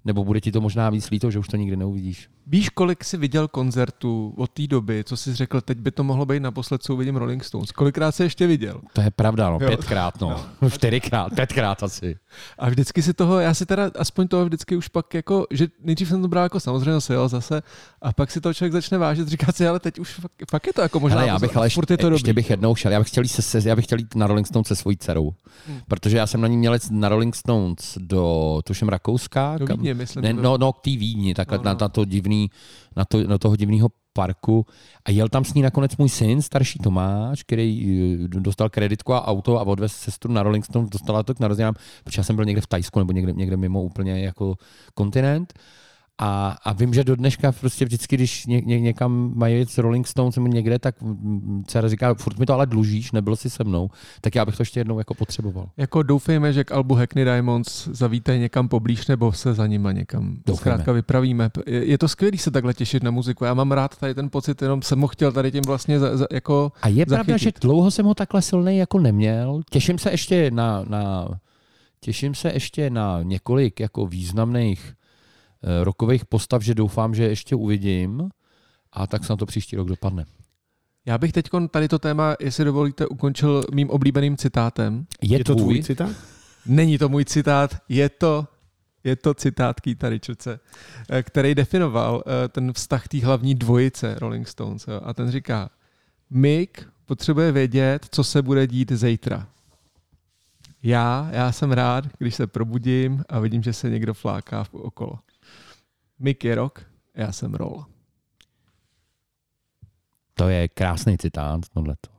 nebo bude ti to možná víc líto, že už to nikdy neuvidíš. Víš, kolik jsi viděl koncertů od té doby, co jsi řekl, teď by to mohlo být naposled, co uvidím Rolling Stones. Kolikrát jsi ještě viděl? To je pravda, no, Jo. 5krát, no. 4krát, 5krát asi. A vždycky si toho, já si teda aspoň toho vždycky už pak jako, že nejdřív jsem to bral jako samozřejmě jo, zase, a pak si to člověk začne vážit, říká si, ale teď už fakt je to jako možná, hele, já bych ale furt je to ještě dobrý. bych jednou šel, já bych chtěl jít na Rolling Stones se svojí dcerou, protože já jsem na ní měl jít na Rolling Stones do, tuším, Rakouska. Do Vídně, myslím. Ne, no, k té Vídni, takhle na to divný, na toho divného parku a jel tam s ní nakonec můj syn, starší Tomáš, který dostal kreditku a auto a odvez sestru na Rolling Stones, dostala to k narozeninám, protože já jsem byl někde v Thajsku nebo někde mimo úplně jako kontinent. A vím, že do dneška prostě vždycky, když někam mají jít Rolling Stones nebo někde, tak dcera říká, furt mi to ale dlužíš, nebyl jsi se mnou, tak já bych to ještě jednou jako potřeboval. Jako doufejme, že k albu Hackney Diamonds zavítají někam poblíž nebo se za nima někam zkrátka vypravíme. Je to skvělý se takhle těšit na muziku. Já mám rád tady ten pocit, jenom jsem ho chtěl tady tím vlastně jako a je zachytit. Pravda, že dlouho jsem ho takhle silnej jako neměl. Těším se ještě na několik jako významných rockových postav, že doufám, že ještě uvidím a tak se na to příští rok dopadne. Já bych teď tady to téma, jestli dovolíte, ukončil mým oblíbeným citátem. Je to tvůj citát? Není to můj citát, je to citát Keitha Richardse, který definoval ten vztah té hlavní dvojice Rolling Stones. Jo? A ten říká, Mick potřebuje vědět, co se bude dít zítra. Já jsem rád, když se probudím a vidím, že se někdo fláká okolo. Mick je rock, já jsem roll. To je krásný citát, tohleto.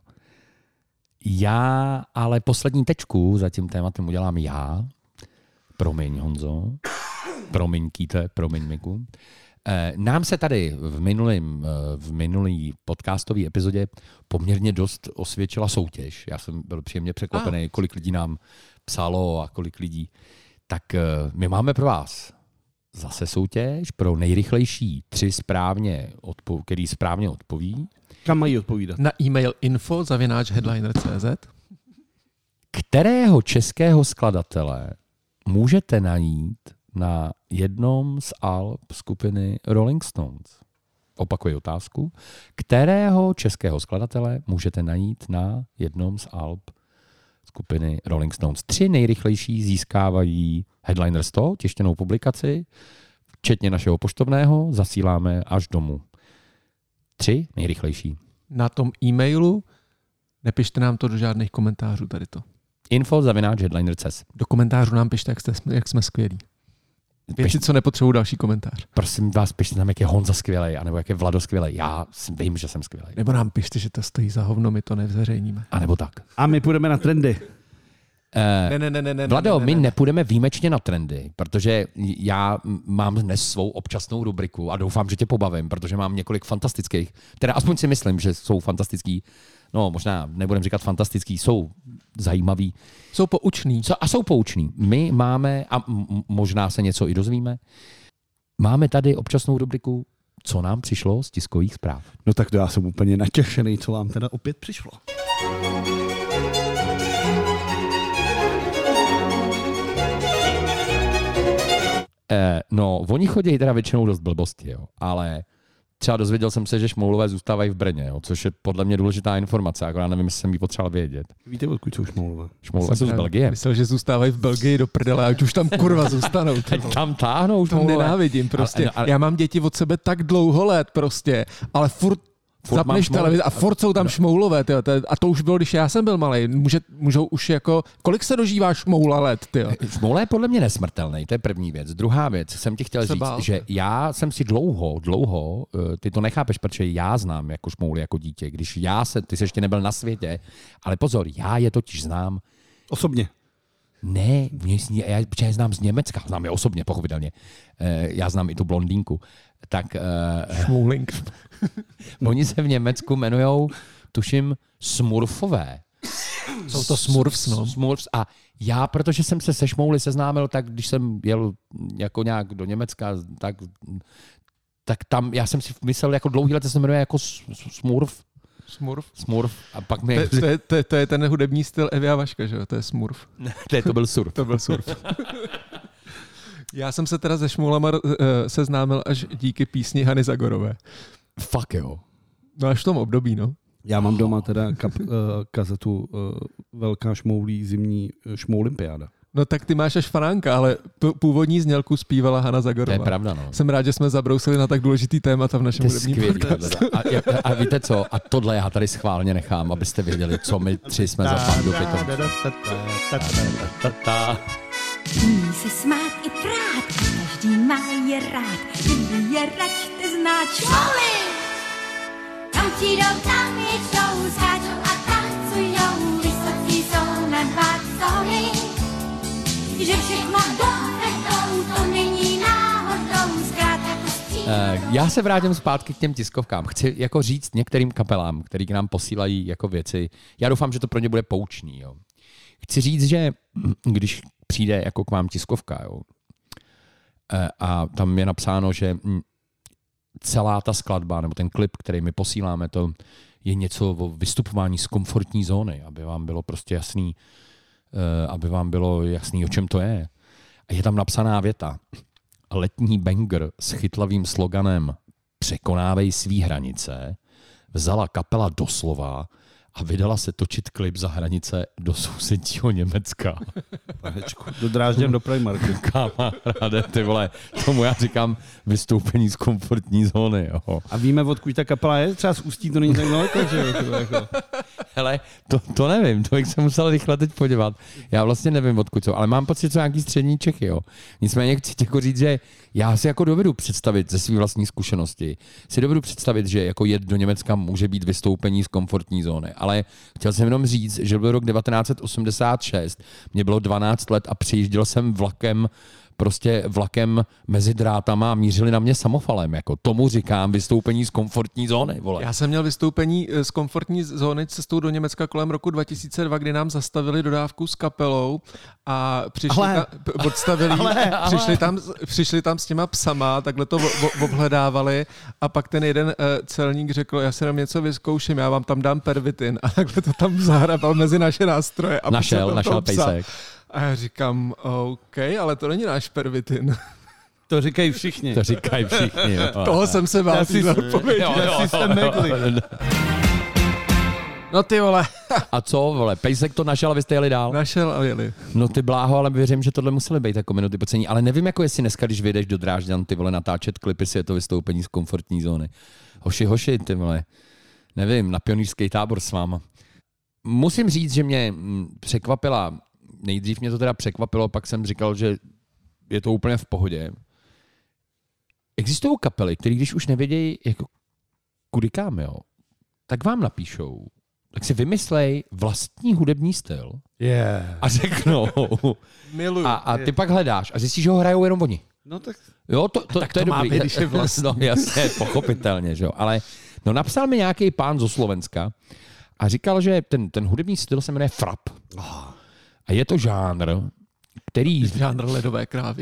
Já ale poslední tečku za tím tématem udělám já. Promiň, Honzo. Promiň, Keithe, promiň, Miku. Nám se tady v minulý podcastové epizodě poměrně dost osvědčila soutěž. Já jsem byl příjemně překvapený, kolik lidí nám psalo a kolik lidí. Tak my máme pro vás zase soutěž pro nejrychlejší 3 který správně odpoví. Kam mají odpovídat? Na e-mail info@headliner.cz. Kterého českého skladatele můžete najít na jednom z alb skupiny Rolling Stones? Opakuji otázku. Kterého českého skladatele můžete najít na jednom z alb skupiny Rolling Stones? 3 nejrychlejší získávají Headliner 100, tištěnou publikaci, včetně našeho poštovného, zasíláme až domů. 3 nejrychlejší. Na tom e-mailu nepište nám to do žádných komentářů tady to. info@headliner.cz. Do komentářů nám pište, jak jsme skvělí. Věci, co nepotřebují další komentář. Prosím vás, pište nám, jak je Honza skvělej, anebo jak je Vlado skvělej. Já vím, že jsem skvělej. Nebo nám pište, že to stojí za hovno, my to nevzveřejníme. A nebo tak. A my půjdeme na trendy. Ne. Vlado, my nepůjdeme výjimečně na trendy, protože já mám dnes svou občasnou rubriku a doufám, že tě pobavím, protože mám několik fantastických, teda aspoň si myslím, že jsou fantastický, no možná nebudem říkat fantastický, jsou zajímavý. Jsou poučný. Jsou poučný. My máme, a možná se něco i dozvíme, máme tady občasnou rubriku, co nám přišlo z tiskových zpráv. No tak to já jsem úplně natěšený, co vám teda opět přišlo. No, oni chodí teda většinou dost blbosti, jo, ale třeba dozvěděl jsem se, že Šmoulové zůstávají v Brně, jo, což je podle mě důležitá informace, akorát nevím, jestli jsem ji potřeboval vědět. Víte, odkud jsou Šmoulové? Šmoulové jsou z Belgie. Myslel, že zůstávají v Belgii do prdele, ať už tam kurva zůstanou. Tam táhnou To Šmoulové. nenávidím prostě. Já mám děti od sebe tak dlouho let prostě, ale furt zapneš televizi a furt jsou tam Šmoulové, tyjo, a to už bylo, když já jsem byl malej. Můžou už jako, kolik se dožívá Šmoula let, tyjo? Šmoula je podle mě nesmrtelný, to je první věc. Druhá věc, jsem ti chtěl říct, že já jsem si dlouho, ty to nechápeš, protože já znám jako Šmouli jako dítě, když ty jsi ještě nebyl na světě, ale pozor, já je totiž znám. Osobně? Ne, já znám z Německa, znám je osobně, pochopitelně. Já znám i tu blondýnku. Tak Šmoulink. Oni se v Německu jmenujou, tuším, Smurfové. Jsou to Smurfs, no. Smurfs. A já, protože jsem se se Šmouli seznámil, tak když jsem jel jako nějak do Německa, tak tam, já jsem si myslel, jako dlouhý let se jmenuje jako Smurf. Smurf. A pak mi... To je ten hudební styl Evy a Vaška, že jo? To je Smurf. To byl surf. To byl surf. Já jsem se teda se šmoulama seznámil až díky písni Hany Zagorové. Fakt jo. No až v tom období, no. Já mám doma teda kazetu Velká šmoulí zimní šmoulympiáda. No tak ty máš až fanánka, ale původní znělku zpívala Hana Zagorová. To je pravda, no. Jsem rád, že jsme zabrousili na tak důležitý témata v našem hudebním podcastu. A víte co? A tohle já tady schválně nechám, abyste věděli, co my tři jsme za bandu pitom. Umí se smát i prát, každý má je rád, kdyby je račte znát šmoly. Tam přijdou, tam jedou, skáčou a tancujou, vysocí jsou na 2 tóny. Že všechno dovedou, to není náhodou, zkrátka to střílí. Já se vrátím zpátky k těm tiskovkám. Chci jako říct některým kapelám, který k nám posílají jako věci. Já doufám, že to pro ně bude poučný. Jo. Chci říct, že když přijde jako k vám tiskovka, jo, a tam je napsáno, že celá ta skladba, nebo ten klip, který my posíláme, to je něco o vystupování z komfortní zóny, aby vám bylo prostě jasný, o čem to je. A je tam napsaná věta. Letní banger s chytlavým sloganem Překonávej svý hranice vzala kapela doslova a vydala se točit klip za hranice do sousedního Německa. Do Drážďan do Primarku. Kamaráde, ty vole, tomu já říkám vystoupení z komfortní zóny. Jo. A víme, odkud ta kapela je? Třeba z Ústí to není tak daleko, že jo? Hele, to nevím, to bych se musel rychle teď podívat. Já vlastně nevím, odkud jsou, ale mám pocit, že jsou nějaký střední Čechy. Jo. Nicméně chci jako říct, že já si jako dovedu představit ze své vlastní zkušenosti, si dovedu představit, že jako jet do Německa může být vystoupení z komfortní zóny. Ale chtěl jsem jenom říct, že byl rok 1986, mě bylo 12 let a přijížděl jsem vlakem mezi drátama a mířili na mě samofalem. Jako tomu říkám vystoupení z komfortní zóny. Vole. Já jsem měl vystoupení z komfortní zóny cestou do Německa kolem roku 2002, kdy nám zastavili dodávku s kapelou a přišli tam s těma psama, takhle to obhledávali a pak ten jeden celník řekl, já si nám něco vyzkouším, já vám tam dám pervitin a takhle to tam zahrabal mezi naše nástroje. A našel pejsek. A já říkám, OK, ale to není náš pervitin. To říkají všichni. Toho jsem se bál. No ty vole. A co, vole, pejsek to našel a vy jste jeli dál? Našel a jeli. No ty bláho, ale věřím, že tohle museli být jako minuty pocení. Ale nevím, jako jestli dneska, když vyjdeš do Drážďan, ty vole, natáčet klipy, si je to vystoupení z komfortní zóny. Hoši, ty vole. Nevím, na pionýrský tábor s váma. Musím říct, že mě překvapila. Nejdřív mě to teda překvapilo, pak jsem říkal, že je to úplně v pohodě. Existují kapely, které když už nevědějí, jako kudy kam, jo, tak vám napíšou, tak si vymyslej vlastní hudební styl a řeknou. Miluju. A ty pak hledáš a zjistíš, že ho hrajou jenom oni. No tak... Jo, to je dobrý. Být, když je vlastní. No jasně, pochopitelně, že jo. Ale no, napsal mi nějaký pán zo Slovenska a říkal, že ten hudební styl se jmenuje frap. A je to žánr, který... Žánr ledové krávy?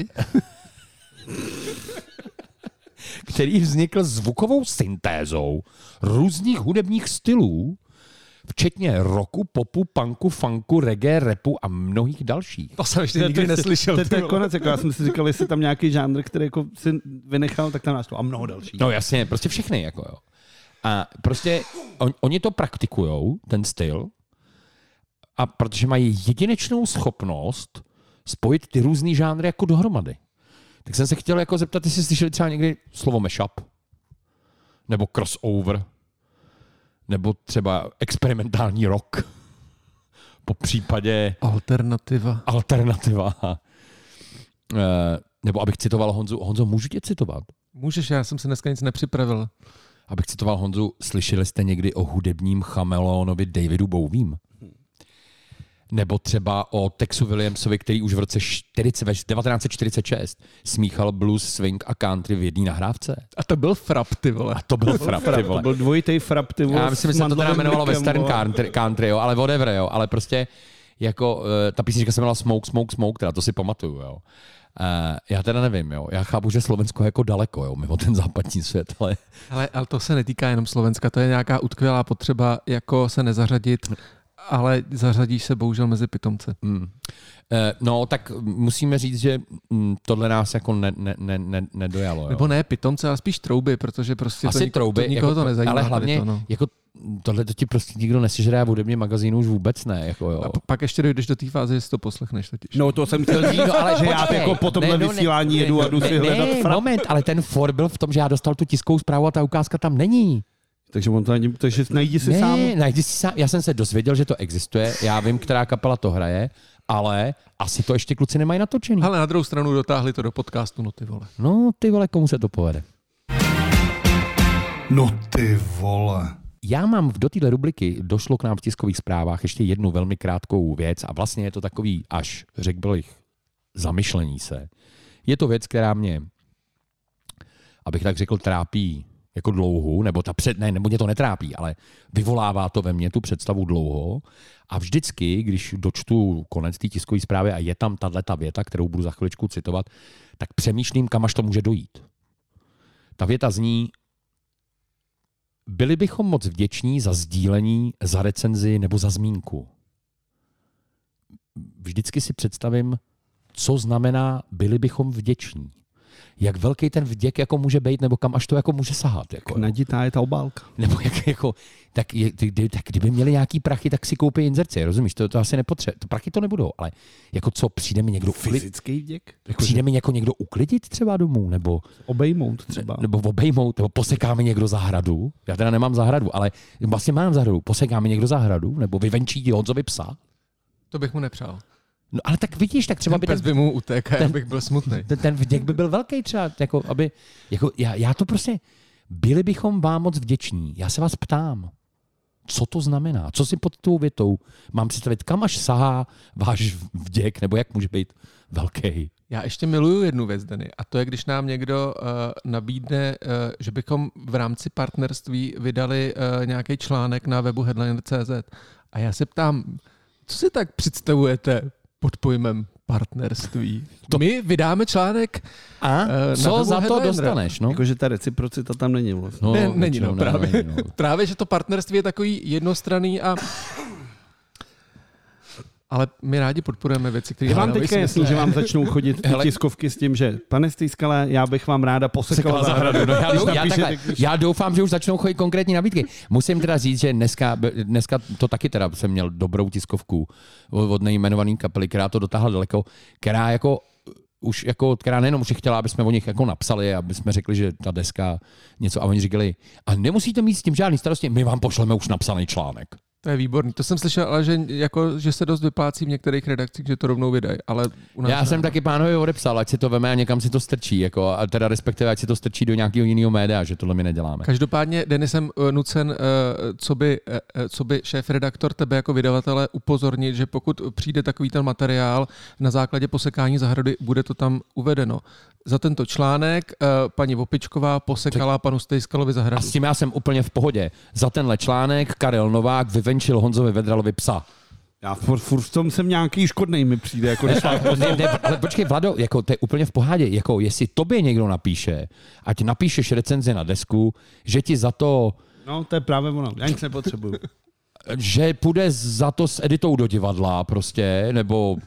který vznikl zvukovou syntézou různých hudebních stylů, včetně rocku, popu, punku, funku, reggae, rapu a mnohých dalších. To jsem ještě nikdy neslyšel. To je konec, jako já jsem si říkal, jestli tam nějaký žánr, který jako si vynechal, tak tam nás to a mnoho dalších. No jasně, prostě všechny. Jako jo. A prostě oni to praktikujou, ten styl, a protože mají jedinečnou schopnost spojit ty různý žánry jako dohromady. Tak jsem se chtěl jako zeptat, jestli slyšeli třeba někdy slovo mashup, nebo crossover, nebo třeba experimentální rock, po případě alternativa. Nebo abych citoval Honzu. Honzo, můžu tě citovat? Můžeš, já jsem se dneska nic nepřipravil. Abych citoval Honzu, slyšeli jste někdy o hudebním chameleonovi Davidu Bowiem? Nebo třeba o Texu Williamsovi, který už v roce 1946 smíchal blues, swing a country v jedné nahrávce. A to byl frap, ty vole. To byl dvojitej frap, ty vole. Já myslím, že se to teda jmenovalo Western country, jo, ale whatever, jo. Ale prostě jako ta písnička se jmenovala Smoke, Smoke, Smoke, teda to si pamatuju, jo. Já teda nevím, jo. Já chápu, že Slovensko je jako daleko, jo, mimo ten západní svět, ale to se netýká jenom Slovenska, to je nějaká utkvělá potřeba, jako se nezařadit ale zařadíš se bohužel mezi pitomce. No, tak musíme říct, že tohle nás jako nedojalo. Jo. Nebo ne pitomce, ale spíš trouby, protože prostě asi trouby, to nikoho jako, to nezajímá. ale hlavně, jako tohle to ti prostě nikdo nesežere a ode mě magazínu už vůbec ne. Jako, jo. A pak ještě dojdeš do té fáze, že si to poslechneš totiž. No to jsem chtěl říct, no, ale že já jako po tomhle vysílání jedu a jdu si hledat moment, ale ten for byl v tom, že já dostal tu tiskovou zprávu a ta ukázka tam není. Takže on to ani, takže najdi si sám. Najdi si sám. Já jsem se dozvěděl, že to existuje, já vím, která kapela to hraje, ale asi to ještě kluci nemají natočený. Ale na druhou stranu dotáhli to do podcastu, no ty vole. No ty vole, komu se to povede? No ty vole. Já mám do téhle rubriky, došlo k nám v tiskových zprávách ještě jednu velmi krátkou věc a vlastně je to takový až, řekl bych, zamyšlení se. Je to věc, která mě, abych tak řekl, trápí jako dlouho, nebo nebo mě to netrápí, ale vyvolává to ve mně tu představu dlouho a vždycky, když dočtu konec té tiskové zprávy a je tam tato věta, kterou budu za chviličku citovat, tak přemýšlím, kam až to může dojít. Ta věta zní: byli bychom moc vděční za sdílení, za recenzi nebo za zmínku. Vždycky si představím, co znamená byli bychom vděční. Jak velký ten vděk jako může být, nebo kam až to jako může sahat. Jako, naditá je ta obálka. Nebo tak kdyby měli nějaký prachy, tak si koupí inzerci, rozumíš? To asi nepotřebuje. Prachy to nebudou, ale jako co, přijde mi někdo fyzický vděk? Přijde mi jako někdo uklidit třeba domů, nebo obejmout třeba. Nebo poseká mi někdo zahradu. Já teda nemám zahradu, ale vlastně mám zahradu. Poseká mi někdo zahradu, nebo vyvenčí Honzovi psa. To bych mu nepřál. No ale tak vidíš, tak třeba ten pes by mu utek a já bych byl smutný. Ten vděk by byl velký třeba, já to prostě, byli bychom vám moc vděční. Já se vás ptám, co to znamená? Co si pod tou větou mám představit? Kam až sahá váš vděk, nebo jak může být velký? Já ještě miluju jednu věc, Denny, a to je, když nám někdo nabídne, že bychom v rámci partnerství vydali nějaký článek na webu headliner.cz. A já se ptám, co si tak představujete pod pojmem partnerství? My vydáme článek a co za to dostaneš? No? Jakože ta reciprocita tam není vlastně. No, není, právě. Není, no. Právě, že to partnerství je takový jednostranný a... Ale my rádi podporujeme věci, které... Já vám teďka jasný, že vám začnou chodit ty tiskovky s tím, že pane Stýskale, já bych vám ráda posekal zahradu. No, já doufám, že už začnou chodit konkrétní nabídky. Musím teda říct, že dneska to taky teda jsem měl dobrou tiskovku od nejmenované kapely, která to dotáhla daleko, která jako už jako, která nejenom už chtěla, aby jsme o nich jako napsali, aby jsme řekli, že ta deska něco, a oni říkali, a nemusíte mít s tím žádný starosti, my vám pošleme už napsaný článek. To je výborný. To jsem slyšel, ale že se dost vyplácí v některých redakcích, že to rovnou vydají. Ale já jsem taky pánovi odepsal, ať si to veme a někam si to strčí. Jako, a teda respektive, ať si to strčí do nějakého jiného média, že tohle my neděláme. Každopádně, Denny, jsem nucen, co by šéf-redaktor tebe jako vydavatele upozornit, že pokud přijde takový ten materiál na základě posekání zahrady, bude to tam uvedeno. Za tento článek paní Vopičková posekala panu Stejskalovi zahradu. A s tím já jsem úplně v pohodě. Za tenhle článek Karel Novák vyvenčil Honzovi Vedralovi psa. Já furt v tom jsem nějaký škodnej, mi přijde. Jako ale počkej, Vlado, jako, to je úplně v pohádě. Jako, jestli tobě někdo napíše, ať napíšeš recenzi na desku, že ti za to... No, to je právě ono. Já nic nepotřebuju. Že půjde za to s Editou do divadla prostě, nebo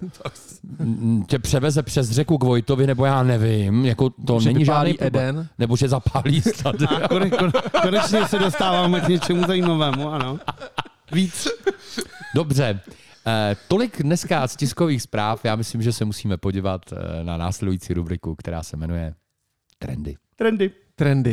tě převeze přes řeku k Vojtovi, nebo já nevím, jako to že není žádný Eden. Nebo že zapálí stady. Konečně se dostáváme k něčemu zajímavému, ano. Víc. Dobře. Tolik dneska z tiskových zpráv. Já myslím, že se musíme podívat na následující rubriku, která se jmenuje Trendy.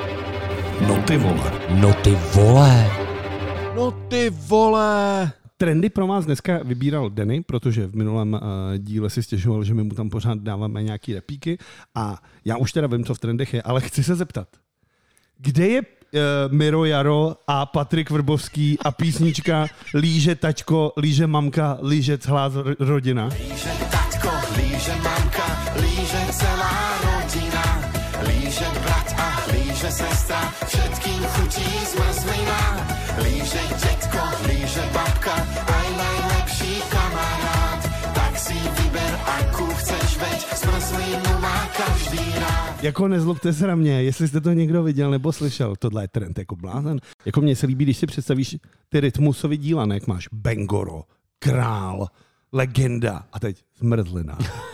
No ty vole. No ty vole. No ty vole. Trendy pro vás dneska vybíral Denny, protože v minulém díle si stěžoval, že my mu tam pořád dáváme nějaký repíky a já už teda vím, co v trendech je, ale chci se zeptat. Kde je Miro Jaro a Patrik Vrbovský a písnička Líže taťko, líže mamka, líže celá rodina? Líže taťko, líže mamka, líže celá rodina, líže brat a líže sestra, všetkým chutí zmrzlina. Líže dětko, líže babka, aj najlepší kamarád. Tak si vyber, akú chceš, veď zmrzlinu má každý rád. Jako nezlobte se na mě, jestli jste to někdo viděl nebo slyšel, tohle je trend jako blázen. Jako mně se líbí, když si představíš ty rytmusový díla, ne? Jak máš Bangoro, Král, Legenda a teď Zmrzlina.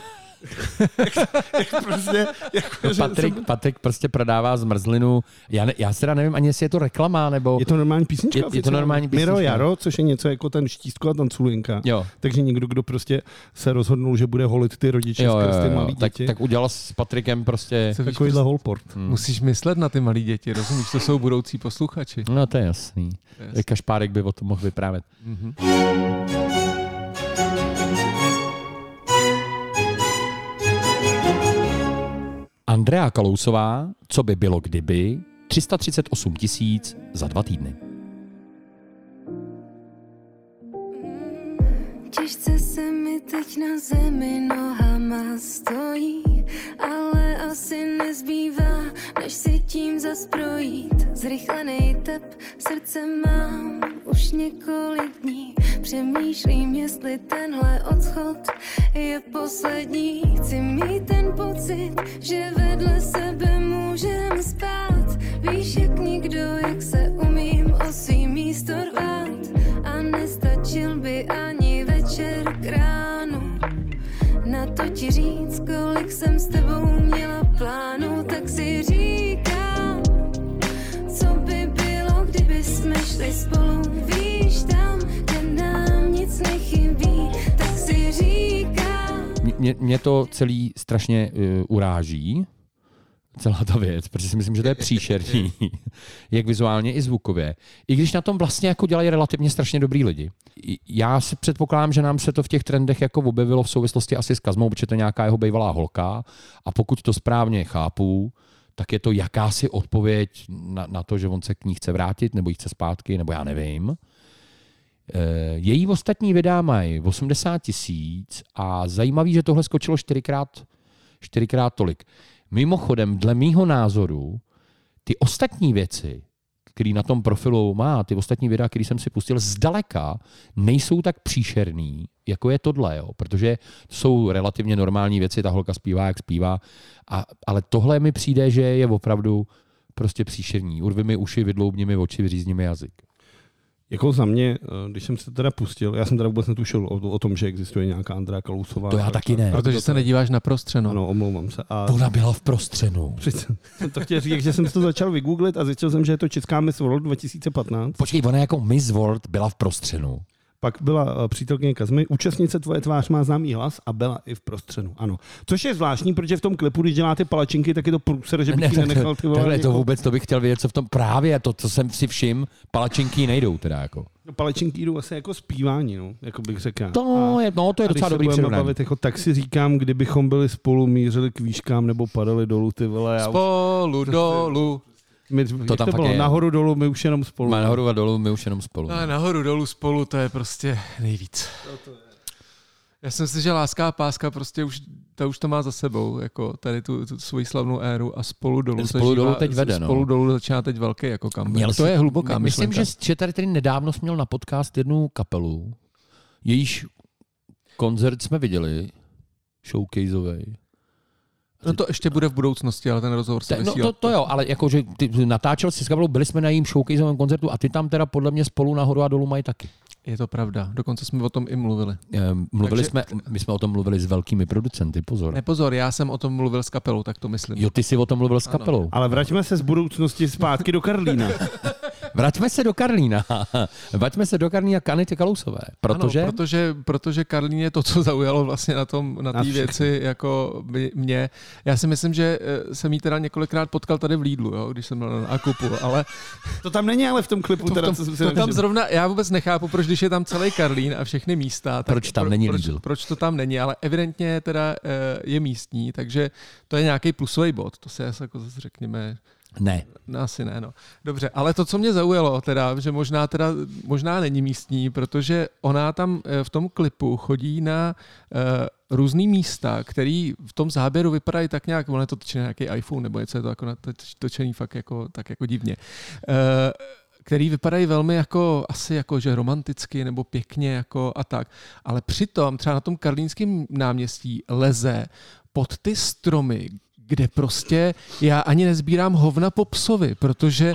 Patrik prostě prodává zmrzlinu. Já teda nevím ani, jestli je to reklama, nebo... Je to normální písnička? Je to normální písnička. Miro Jaro, což je něco jako ten Štístko a tanculinka. Jo. Takže někdo, kdo prostě se rozhodnul, že bude holit ty rodiče skrz ty malý děti. Tak udělal s Patrikem prostě... Takovýhle holport. Musíš myslet na ty malý děti, rozumíš? To jsou budoucí posluchači. No to je jasný. Kašpárek by o tom mohl vyprávět. Andrea Kalousová, co by bylo kdyby, 338 000 za 2 týdny. Těžce se mi teď na zemi nohama stojí, ale asi nezbývá, než si tím zas projít. Zrychlenej tep srdce mám už několik dní. Přemýšlím, jestli tenhle odchod je poslední. Chci mít ten pocit, že vedle sebe můžem spát. Víš, jak nikdo, jak se umím o svý místo rvát. A nestačil by ani večer k ránu na to ti říct, kolik jsem s tebou měla plánu. Tak si říkám, co by bylo, kdyby jsme šli spolu. Víš, tam, kde nám nic nechybí. Tak si říkám. Mě to celý strašně uráží, celá ta věc, protože si myslím, že to je příšerný, jak vizuálně i zvukově. I když na tom vlastně jako dělají relativně strašně dobrý lidi. Já si předpokládám, že nám se to v těch trendech jako objevilo v souvislosti asi s Kazmou, protože to je nějaká jeho bývalá holka a pokud to správně chápu, tak je to jakási odpověď na to, že on se k ní chce vrátit, nebo jí chce zpátky, nebo já nevím. Její ostatní videa mají 80 000 a zajímavý, že tohle skočilo 4x tolik. Mimochodem, dle mýho názoru, ty ostatní věci, které na tom profilu má, ty ostatní videa, které jsem si pustil, zdaleka nejsou tak příšerný, jako je tohle, jo? Protože jsou relativně normální věci, ta holka zpívá, jak zpívá, ale tohle mi přijde, že je opravdu prostě příšerný. Urvi mi uši, vydloubni mi oči, vyřízni mi jazyk. Jako za mě, když jsem se teda pustil, já jsem teda vůbec netušil o tom, že existuje nějaká Andrea Kalousová. To já taky ne. Protože se nedíváš na prostřeno. Ano, omlouvám se. A ona byla v prostřenu. Jsem to chtěl říct, že jsem to začal vygooglit a zjistil jsem, že je to česká Miss World 2015. Počkej, ona jako Miss World byla v prostřenu. Pak byla přítelkyně Kazmy, účastnice Tvoje tvář má známý hlas a byla i v prostřenu. Ano. Což je zvláštní, protože v tom klipu, když děláte palačinky, tak je to průser, že bych ji nenechal ty vole. Takhle to vůbec, to bych chtěl vědět, co v tom právě to, co jsem si všim, palačinky nejdou teda jako. No, palačinky jdou asi jako zpívání, no, jako bych řekl. To je docela dobrý přirovnání. Jako, tak si říkám, kdybychom byli spolu, mířili k výškám nebo padali dolů ty vole. Spolu dolů. To tam bylo nahoru dolů, my už jenom spolu. Nahoru a dolů, my už jenom spolu. No, nahoru dolů spolu, to je prostě nejvíc. Já jsem si, že Láska a páska prostě už to má za sebou, jako tady tu svoji slavnou éru a spolu dolů teď vede, no. Spolu dolů začíná teď velký jako comeback. To je hluboká myšlenka. Myslím, že tady nedávno jsme měl na podcast jednu kapelu, jejíž koncert jsme viděli, showcaseovej. No to ještě bude v budoucnosti, ale ten rozhovor se vysílá. No to jo, ale jakože ty natáčel si s kapelou, byli jsme na jejím showcaseovém koncertu a ty tam teda podle mě spolu nahoru a dolů mají taky. Je to pravda, dokonce jsme o tom i mluvili. My jsme o tom mluvili s velkými producenty, pozor. Nepozor, já jsem o tom mluvil s kapelou, tak to myslím. Jo, ty jsi o tom mluvil s kapelou. Ano. Ale vraťme se z budoucnosti zpátky do Karlína. Vraťme se do Karlína. Vraťme se do Karlína k Anetě Kalousové. Protože? Ano, protože Karlín je to, co zaujalo vlastně na té věci jako mě. Já si myslím, že jsem jí teda několikrát potkal tady v Lidlu, jo, když jsem byl na nákupu, ale... To tam není ale v tom klipu. To tam zrovna, já vůbec nechápu, proč když je tam celý Karlín a všechny místa. Tak proč tam není Lidl? Proč to tam není, ale evidentně teda je místní, takže to je nějaký plusový bod. To se jako zase řekněme... Ne. Asi ne, no. Dobře, ale to, co mě zaujalo, teda, že možná není místní, protože ona tam v tom klipu chodí na různý místa, který v tom záběru vypadají tak nějak, on je to točený nějaký iPhone, nebo něco je to jako točený fakt jako, tak jako divně. Který vypadají velmi jako, asi jako, že romanticky nebo pěkně jako a tak. Ale přitom třeba na tom karlínském náměstí leze pod ty stromy kde prostě já ani nezbírám hovna po psovi, protože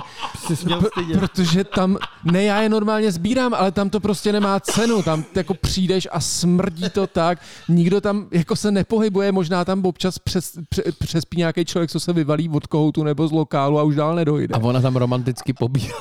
tam, ne, já je normálně sbírám, ale tam to prostě nemá cenu, tam jako přijdeš a smrdí to tak, nikdo tam jako se nepohybuje, možná tam občas přespí nějaký člověk, co se vyvalí od kohoutu nebo z lokálu a už dál nedojde. A ona tam romanticky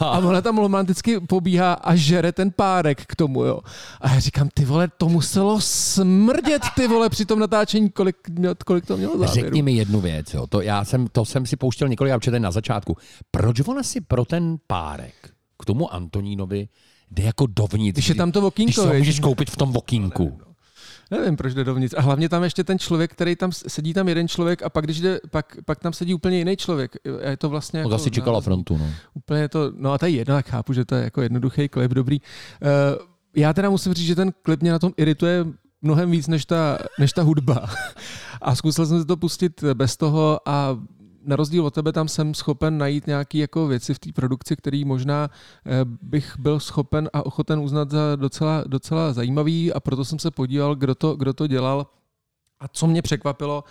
pobíhá. A žere ten párek k tomu, jo. A já říkám, ty vole, to muselo smrdět, ty vole, při tom natáčení, kolik to mělo záběru. Řekni mi jednu věc, jo. To jsem si pouštěl několik určitě na začátku. Proč ona si pro ten párek k tomu Antonínovi jde jako dovnitř? Když je tam to okýnko. Když se ho můžeš koupit v tom okýnku. Nevím, proč jde dovnitř. A hlavně tam ještě ten člověk, který tam sedí tam jeden člověk a pak když jde, pak tam sedí úplně jiný člověk. A je to vlastně jako... Asi čekala frontu, no. Úplně to, no a to je jedno, tak chápu, že to je jako jednoduchý klip, dobrý. Já teda musím říct, že ten klip mě na tom irituje mnohem víc než ta hudba. A zkusil jsem si to pustit bez toho a na rozdíl od tebe tam jsem schopen najít nějaké jako věci v té produkci, které možná bych byl schopen a ochoten uznat za docela zajímavý, a proto jsem se podíval, kdo to dělal. A co mě překvapilo,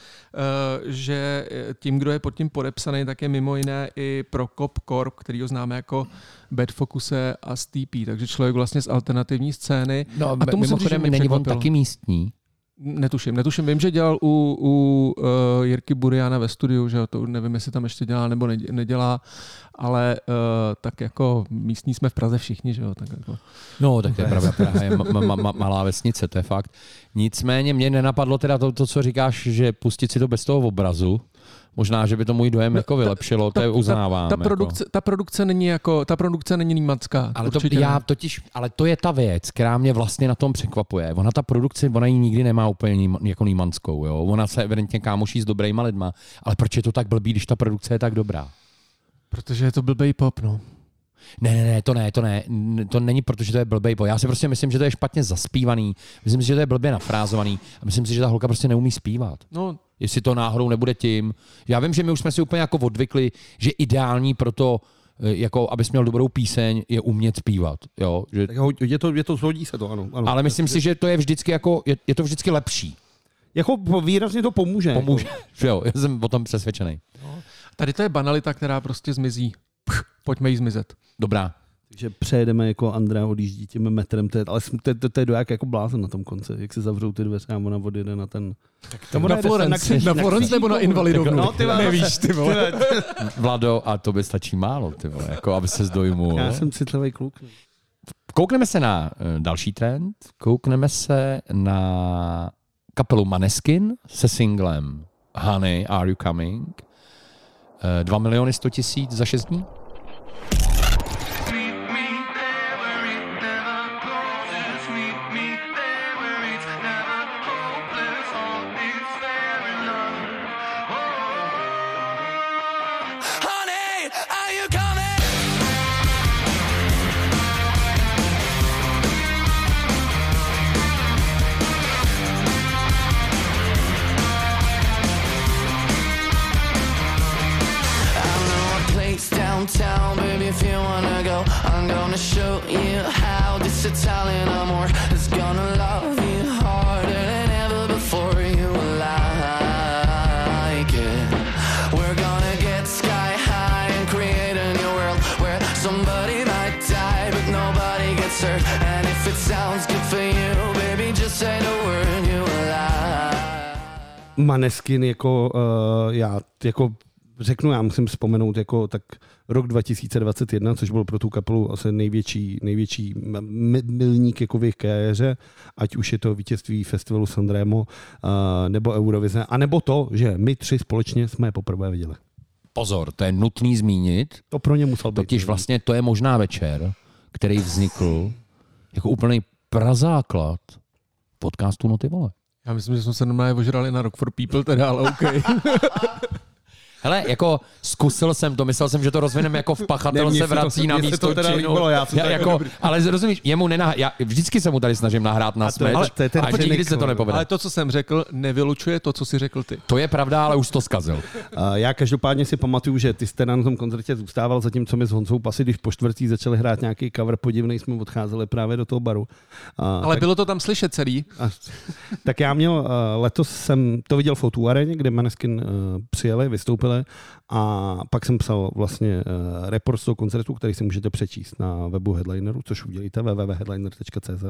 že tím, kdo je pod tím podepsaný, tak je mimo jiné i Prokop Korp, který ho známe jako Bad Focuse a Steepy, takže člověk vlastně z alternativní scény. No, a to musím říct, že mě není překvapilo. on taky místní? Netuším. Vím, že dělal u Jirky Buriana ve studiu, že to nevím, jestli tam ještě dělá nebo nedělá, ale tak jako místní jsme v Praze všichni, že jo. Tak jako. No, tak to je pravda, Praha je malá vesnice, to je fakt. Nicméně mě nenapadlo teda to, co říkáš, že pustit si to bez toho obrazu. Možná, že by to můj dojem jako vylepšilo, to je uznávám. Ta produkce není nímanská. Ale to je ta věc, která mě vlastně na tom překvapuje. Ta produkce, ona ji nikdy nemá úplně jako nímanskou, jo. Ona se evidentně kámoší s dobrýma lidma, ale proč je to tak blbý, když ta produkce je tak dobrá? Protože je to blbej pop, no. Ne, to není, protože to je blbej pop. Já si prostě myslím, že to je špatně zaspívaný, myslím si, že to je blbě nafrázovaný a myslím si, že ta holka prostě neumí zpívat. No, jestli to náhodou nebude tím. Já vím, že my už jsme si úplně jako odvykli, že ideální pro to, jako abys měl dobrou píseň, je umět zpívat. Jo? Že... Tak hodí se to, ano. Ale myslím si, že to je vždycky jako, je to vždycky lepší. Jako výrazně to pomůže. Jo, já jsem o tom přesvědčený. No. Tady to je banalita, která prostě zmizí. Pojďme jí zmizet. Dobrá. Takže přejedeme jako Andrea odjíždí tím metrem, ale to je doják jako blázen na tom konci, jak se zavřou ty dveře a ona odjede na ten... Na Florence nebo na Invalidovnu? No, ty nevíš, ty vole. Vlado, a to by stačí málo, ty vole, jako aby se zdojmul. Já jsem citlivý kluk. Koukneme se na další trend, koukneme se na kapelu Maneskin se singlem Honey, Are You Coming? 2 100 000 za 6 dní? Downtown, baby, if you wanna go, I'm gonna show you how this Italian amor is gonna love you harder than ever before. You like it. We're gonna get sky high and create a new world where somebody might die but nobody gets hurt. And if it sounds good for you, baby, just say the word. You like Maneskin jako já jako řeknu, já musím vzpomenout jako tak rok 2021, což byl pro tu kapelu asi největší milník jako v jejich kariéře, ať už je to vítězství festivalu Sanremo nebo Eurovize, anebo to, že my tři společně jsme je poprvé viděli. Pozor, to je nutný zmínit. To pro ně musel být. Totiž vlastně to je možná večer, který vznikl jako úplný prazáklad podcastu No ty vole. Já myslím, že jsme se normálně ožrali na Rock for People, teda, ale OK. Hele, jako zkusil jsem to, myslel jsem, že to rozvineme jako v Pachatel se vrací na místo činu. Ale rozumíš, jemu já vždycky se mu tady snažím nahrát na smeč, a nikdy se to nepovede. Ale to, co jsem řekl, nevylučuje to, co si řekl ty. To je pravda, ale už to zkazil. Já každopádně si pamatuju, že ty jste na tom koncertě zůstával, zatímco my s Honzou Pasy, když po čtvrtý začali hrát nějaký cover podivnej, jsme odcházeli právě do toho baru. Ale bylo to tam slyšet celý. Tak já měl, letos jsem to viděl v O2 aréně, kde Maneskin přijeli, vystoupili a pak jsem psal vlastně report z toho koncertu, který si můžete přečíst na webu Headlineru, což udělíte www.headliner.cz.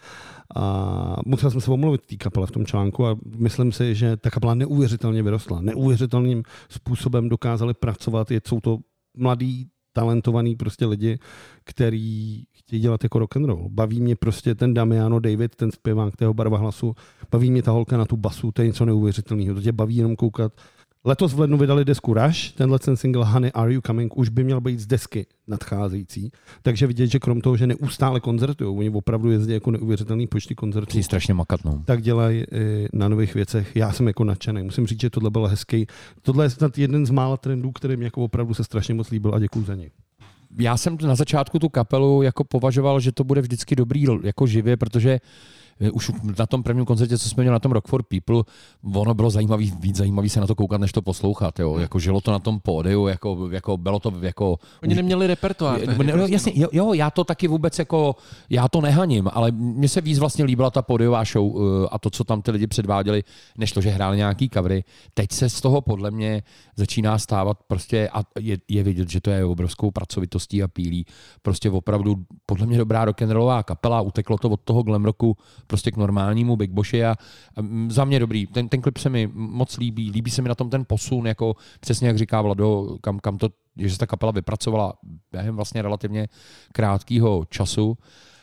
A musel jsem se omluvit té kapele v tom článku a myslím si, že ta kapela neuvěřitelně vyrostla. Neuvěřitelným způsobem dokázali pracovat. Jsou to mladí, talentovaný prostě lidi, který chtějí dělat jako rock and roll. Baví mě prostě ten Damiano David, ten zpěvák tého barva hlasu, baví mě ta holka na tu basu, to je něco neuvěřitelného. To tě baví jenom koukat. Letos v lednu vydali desku Rush, tenhle ten single Honey Are You Coming už by měl být z desky nadcházející. Takže vidět, že krom toho, že neustále koncertují, oni opravdu jezdí jako neuvěřitelný počty koncertů. Chci strašně makat, no. Tak dělají na nových věcech. Já jsem jako nadšený. Musím říct, že tohle byl hezký. Tohle je snad jeden z mála trendů, který mi jako opravdu se strašně moc líbil a děkuju za něj. Já jsem na začátku tu kapelu jako považoval, že to bude vždycky dobrý jako živě, protože už na tom prvním koncertě, co jsme měli na tom Rock for People, ono bylo víc zajímavý se na to koukat, než to poslouchat. Jo. Jako žilo to na tom pódiu, jako bylo to jako... Oni neměli repertoár. No, jasně, jo, já to taky vůbec jako, já to nehaním, ale mně se víc vlastně líbila ta pódiová show a to, co tam ty lidi předváděli, než to, že hráli nějaký covery. Teď se z toho podle mě začíná stávat prostě a je vidět, že to je obrovskou pracovitostí a pílí. Prostě opravdu podle mě dobrá rock'n'rollová kapela, uteklo to od toho glam rocku prostě k normálnímu Big Boshi a za mě dobrý. Ten klip se mi moc líbí se mi na tom ten posun, jako přesně jak říká Vlado, kam to, že se ta kapela vypracovala během vlastně relativně krátkého času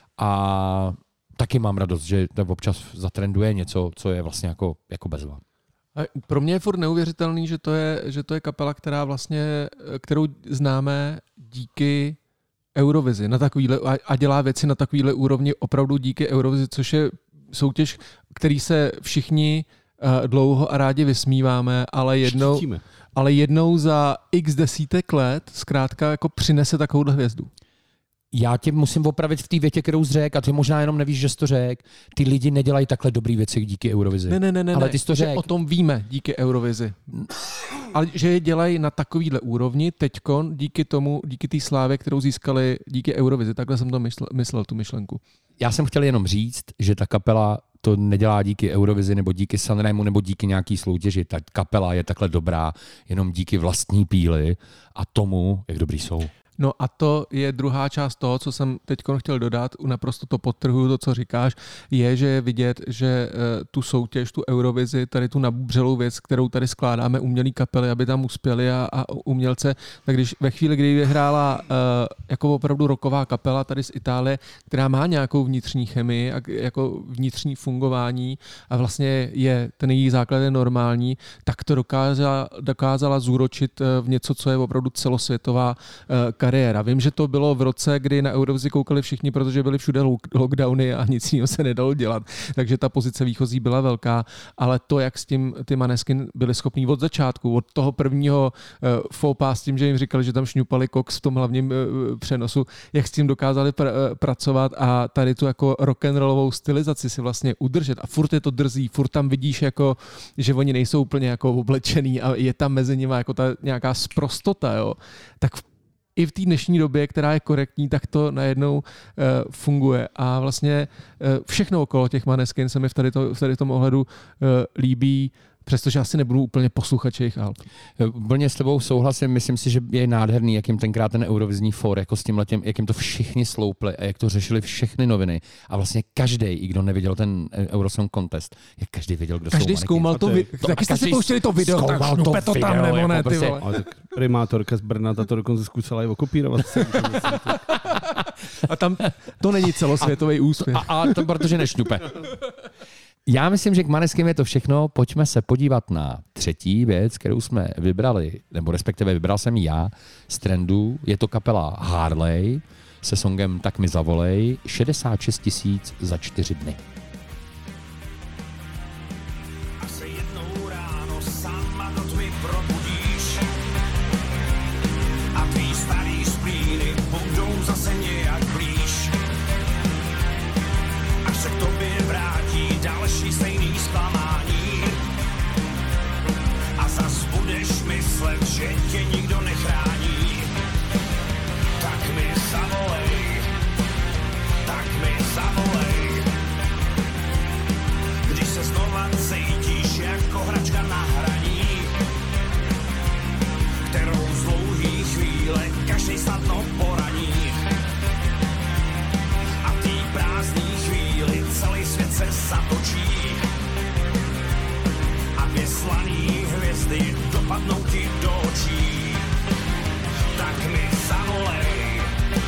a taky mám radost, že to občas zatrenduje něco, co je vlastně jako bezva. Pro mě je furt neuvěřitelný, že to je kapela, kterou známe díky Eurovizi na takovýhle, a dělá věci na takovýhle úrovni opravdu díky Eurovizi, což je soutěž, který se všichni dlouho a rádi vysmíváme, ale jednou za x desítek let zkrátka jako přinese takovouhle hvězdu. Já tě musím opravit v té větě, kterou jsi řekl, a ty možná jenom nevíš, že jsi to řekl. Ty lidi nedělají takhle dobrý věci díky Eurovizi. Ne, ale ty jsi to řekl. O tom víme díky Eurovizi. Ale že je dělají na takovýhle úrovni teďkon díky té slávě, kterou získali díky Eurovizi. Takhle jsem to myslel, tu myšlenku. Já jsem chtěl jenom říct, že ta kapela to nedělá díky Eurovizi nebo díky Sanremu nebo díky nějaký soutěži. Ta kapela je takhle dobrá jenom díky vlastní píli a tomu, jak dobrý jsou. No a to je druhá část toho, co jsem teď chtěl dodat, naprosto to podtrhuju, to, co říkáš, je, že je vidět, že tu soutěž, tu Eurovizi, tady tu nabubřelou věc, kterou tady skládáme umělý kapely, aby tam uspěli a umělce, tak když ve chvíli, kdy vyhrála jako opravdu rocková kapela tady z Itálie, která má nějakou vnitřní chemii a jako vnitřní fungování a vlastně je ten její základ je normální, tak to dokázala zúročit v něco, co je opravdu celosvětová kariéra. Vím, že to bylo v roce, kdy na Eurovizi koukali všichni, protože byly všude lockdowny a nic jiného se nedalo dělat. Takže ta pozice výchozí byla velká, ale to, jak s tím ty Maneskin byli schopní od začátku, od toho prvního faux pas s tím, že jim říkali, že tam šňupali koks v tom hlavním přenosu, jak s tím dokázali pracovat a tady tu jako rock'n'rollovou stylizaci si vlastně udržet. A furt je to drzí, furt tam vidíš, jako, že oni nejsou úplně jako oblečený a je tam mezi nimi jako ta nějaká sprostota, jo. Tak i v té dnešní době, která je korektní, tak to najednou funguje. A vlastně všechno okolo těch Maneskin se mi v tady tom ohledu líbí, přestože asi nebudu úplně posluchač jejich alb. Úplně s tebou souhlasím, myslím si, že je nádherný, jak jim tenkrát ten Eurovizní fór, jako s tímhletím, jak jim to všichni sloupli a jak to řešili všechny noviny. A vlastně každý, i kdo neviděl ten Eurosong Contest, jak každý věděl, kdo každý jsou zkoumal to video. Taky jste si pouštěli to video, tak šnupe to tam nebo ne, ty vole. Ale tak primátorka z Brna, ta to dokonce zkusila i okopírovat. A tam to není celosvětový úspěch. A to protože nešňupe. Já myslím, že k Maneskin je to všechno. Pojďme se podívat na třetí věc, kterou jsme vybrali, nebo respektive vybral jsem já z trendů. Je to kapela Harley se songem Tak mi zavolej, 66 000 za 4 dny. A se jednou ráno sama do tmy probudíš, každej snadno poraní. A v té prázdný chvíli celý svět se zatočí. A dvě slaný hvězdy dopadnou ti do očí. Tak mi zavolej,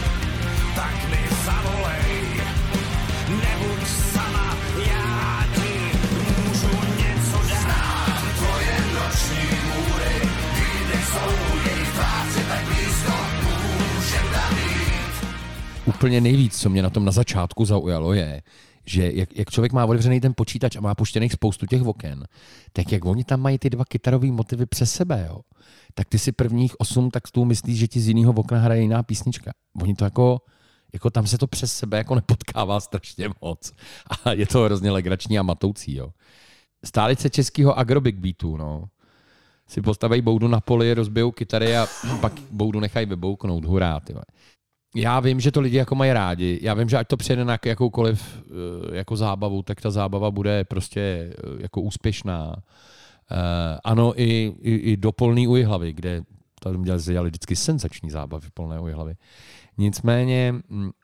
nebuď sama, já ti můžu něco dát. Znám tvoje noční můry, kde jsou jejich tváře tak blízko, můžem tam jít. Úplně nejvíc, co mě na tom na začátku zaujalo, je, že jak člověk má otevřený ten počítač a má puštěných spoustu těch oken, tak jak oni tam mají ty dva kytarový motivy přes sebe, jo, tak ty si prvních 8 taktů myslíš, že ti z jiného okna hraje jiná písnička. Oni to jako tam se to přes sebe jako nepotkává strašně moc. A je to hrozně legrační a matoucí, jo. Stálice českého agrobig beatu, no. Si postaví boudu na poli, rozbijou kytary a pak boudu nechají vybouknout. Hurá, ty vole. Já vím, že to lidi jako mají rádi. Já vím, že ať to přijde na jakoukoliv jako zábavu, tak ta zábava bude prostě jako úspěšná. Ano, i do Polný Ujhlavy, kde tam dělali vždycky senzační zábavy Polné Ujhlavy. Nicméně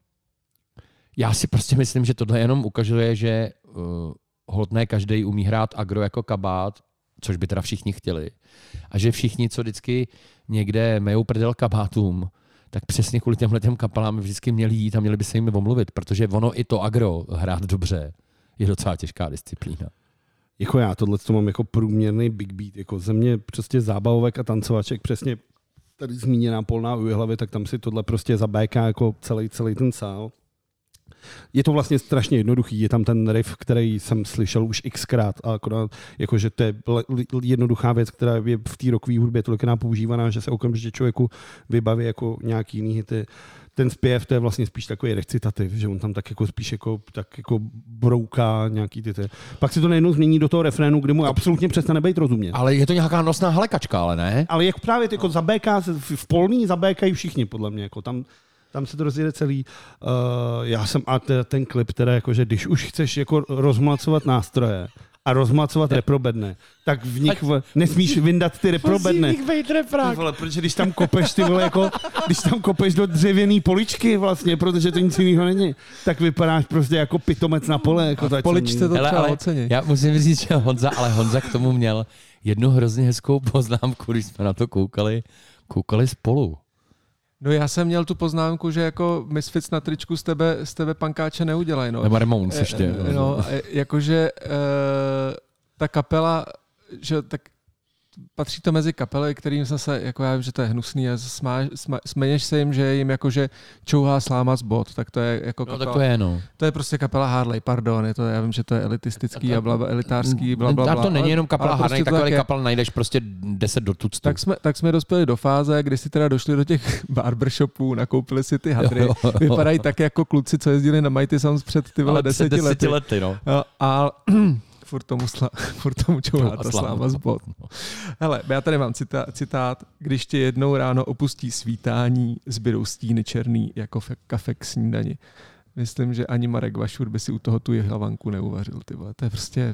já si prostě myslím, že tohle jenom ukazuje, že hodně každý umí hrát agro jako kabát, což by teda všichni chtěli. A že všichni, co vždycky někde mejou prdel kabátům, tak přesně kvůli těmhletěm kapelám vždycky měli jít a měli by se jim omluvit, protože ono i to agro hrát dobře je docela těžká disciplína. Jako já tohle mám jako průměrný big beat, jako země prostě zábavovek a tancovaček, přesně tady zmíněná Polná Ujhlavy, tak tam si tohle prostě zabéká jako celý ten sál. Je to vlastně strašně jednoduchý, je tam ten riff, který jsem slyšel už xkrát a akorát, jakože to je jednoduchá věc, která je v té rockové hudbě tolikrát používaná, že se okamžitě člověku vybaví jako nějaký jiný hity. Ten zpěv, to je vlastně spíš takový recitativ, že on tam tak jako spíš tak jako brouká nějaký ty. Pak se to najednou změní do toho refrénu, kde mu absolutně přestane být rozumět. Ale je to nějaká nosná halekačka, ale ne? Ale jak právě jako zabéká, v Polný zabékají všichni, podle mě, jako tam se to rozjede celý. Já jsem, a ten klip teda, jakože když už chceš jako rozmlacovat nástroje a rozmlacovat reprobedne, tak v nich nesmíš vyndat ty reprobedne. Protože když tam kopeš, ty vole, jako, když tam kopeš do dřevěný poličky vlastně, protože to nic jiného není, tak vypadáš prostě jako pitomec na pole. Jako v poličce to třeba ocení. Já musím říct, že Honza k tomu měl jednu hrozně hezkou poznámku, když jsme na to koukali spolu. No já jsem měl tu poznámku, že jako Misfits na tričku z tebe pankáče neudělají. No. Nebo Ramones ještě. No, jakože ta kapela, že tak patří to mezi kapely, kterým zase, jako já vím, že to je hnusný a směješ se jim, že jim jakože čouhá sláma z bot, tak to je jako kapela. No tak to je, no. To je prostě kapela Harley, pardon, je to, já vím, že to je elitistický a elitářský, blablabla. A to není jenom kapela Harley, prostě takový kapel najdeš prostě 10 do tuctu. Tak jsme dospěli do fáze, kdy si teda došli do těch barbershopů, nakoupili si ty hadry, vypadají tak jako kluci, co jezdili na Mighty Sounds před ty 10 lety. No. A furt tomu čouhá ta sláma z bot. Hele, já tady mám citát. Když tě jednou ráno opustí svítání, zbydou stíny černý jako kafe k snídani. Myslím, že ani Marek Vašur by si u toho tu jehlavanku neuvařil. Ty vole. To je prostě...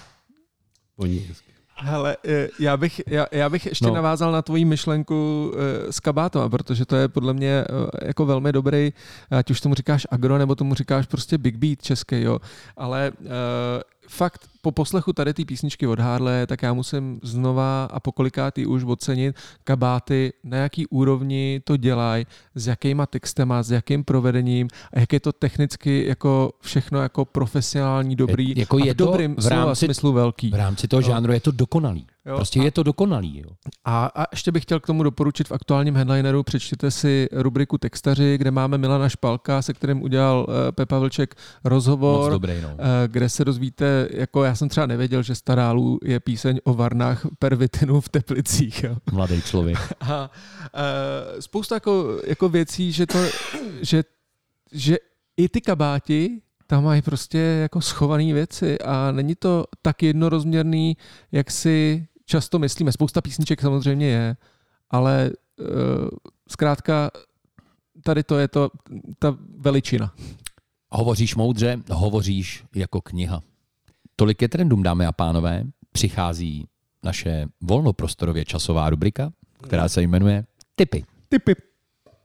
Hele, já bych ještě navázal na tvoji myšlenku s kabátem, protože to je podle mě jako velmi dobrý, ať už tomu říkáš agro, nebo tomu říkáš prostě big beat český, jo. Ale fakt po poslechu tady té písničky od Harley, tak já musím znova a pokolikátý už ocenit kabáty, na jaký úrovni to dělají, s jakýma textema, s jakým provedením a jak je to technicky jako všechno jako profesionální, dobrý jako a je v dobrým slova smyslu velký. V rámci toho žánru je to dokonalý. Jo, prostě je to dokonalý. Jo. A ještě bych chtěl k tomu doporučit v aktuálním headlineru, přečtěte si rubriku Textaři, kde máme Milana Špalka, se kterým udělal Pepa Vlček rozhovor, dobrý, no. Kde se dozvíte, jako já jsem třeba nevěděl, že Starálu je píseň o varnách pervitinu v Teplicích. Jo. Mladý člověk. A spousta jako věcí, že i ty kabáti tam mají prostě jako schované věci a není to tak jednorozměrný, jak si často myslíme. Spousta písniček samozřejmě je, ale zkrátka tady to je ta veličina. Hovoříš moudře, hovoříš jako kniha. Tolik je trendům, dámy a pánové. Přichází naše volnoprostorově časová rubrika, která se jmenuje Tipy.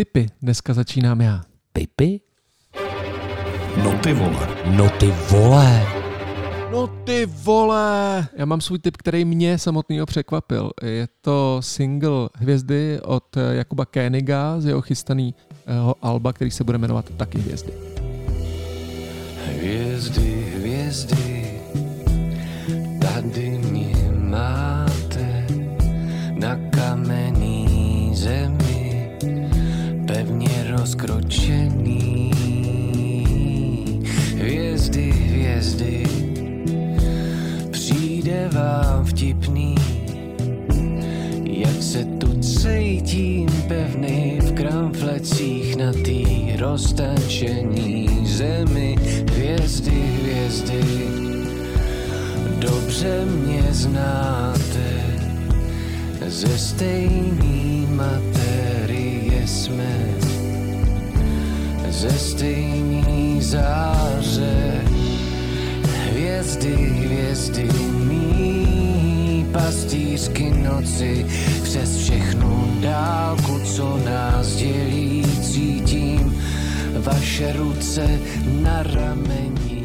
tipy dneska začínám já. Pipy? No ty vole. No ty vole. No ty vole! Já mám svůj tip, který mě samotného překvapil. Je to single Hvězdy od Jakuba Koeniga z jeho chystaného alba, který se bude jmenovat taky Hvězdy. Hvězdy, hvězdy, tady mě máte na kamenný zemi, pevně rozkročený. Hvězdy, hvězdy, přijde vám vtipný, jak se tu cítím pevný v kramflecích na tý roztančený zemi. Hvězdy, hvězdy, dobře mě znáte, ze stejný materie jsme, ze stejný záře. Hvězdy, hvězdy, mý pastýřky noci, přes všechnu dálku, co nás dělí, cítím vaše ruce na rameni.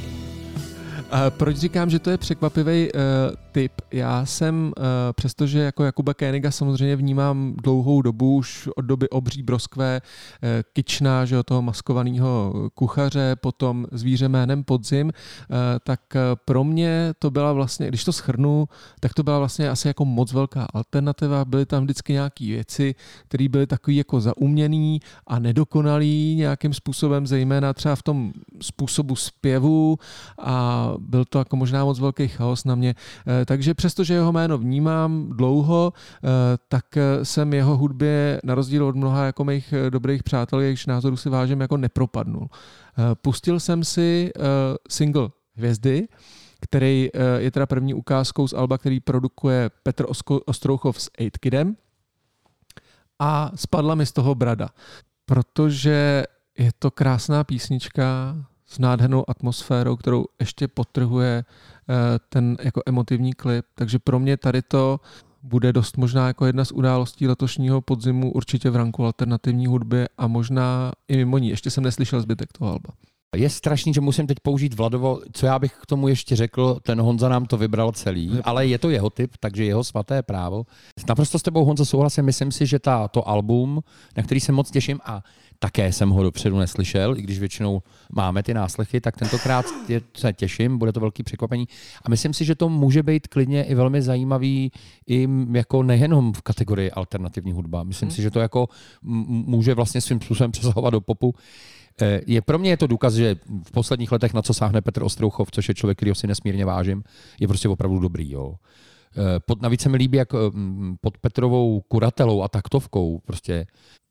Proč říkám, že to je překvapivý tip? Já jsem, přestože jako Jakuba Koeniga samozřejmě vnímám dlouhou dobu, už od doby Obří broskve, Kyčna, že toho maskovaného kuchaře, potom Zvíře jménem Podzim, tak pro mě to byla vlastně, když to shrnu, tak to byla vlastně asi jako moc velká alternativa. Byly tam vždycky nějaké věci, které byly takový jako zauměný a nedokonalý nějakým způsobem, zejména třeba v tom způsobu zpěvu, a byl to jako možná moc velký chaos na mě. Takže přestože jeho jméno vnímám dlouho, tak jsem jeho hudbě na rozdíl od mnoha jako mých dobrých přátel, jejichž názoru si vážím, jako nepropadnul. Pustil jsem si single Hvězdy, který je teda první ukázkou z alba, který produkuje Petr Ostrouchov s 8kidem, a spadla mi z toho brada, protože je to krásná písnička s nádhernou atmosférou, kterou ještě podtrhuje ten jako emotivní klip. Takže pro mě tady to bude dost možná jako jedna z událostí letošního podzimu, určitě v ranku alternativní hudby a možná i mimo ní. Ještě jsem neslyšel zbytek toho alba. Je strašný, že musím teď použít Vladovo, co já bych k tomu ještě řekl, ten Honza nám to vybral celý, ale je to jeho tip, takže jeho svaté právo. Naprosto s tebou, Honzo, souhlasím, myslím si, že to album, na který se moc těším a také jsem ho dopředu neslyšel, i když většinou máme ty náslechy, tak tentokrát se těším, bude to velký překvapení a myslím si, že to může být klidně i velmi zajímavý, i jako nejenom v kategorii alternativní hudba. Myslím si, že to jako může vlastně svým způsobem přesahovat do popu. Pro mě je to důkaz, že v posledních letech, na co sáhne Petr Ostrouchov, což je člověk, kterýho si nesmírně vážím, je prostě opravdu dobrý. Jo. Navíc se mi líbí, jak pod Petrovou kuratelou a taktovkou prostě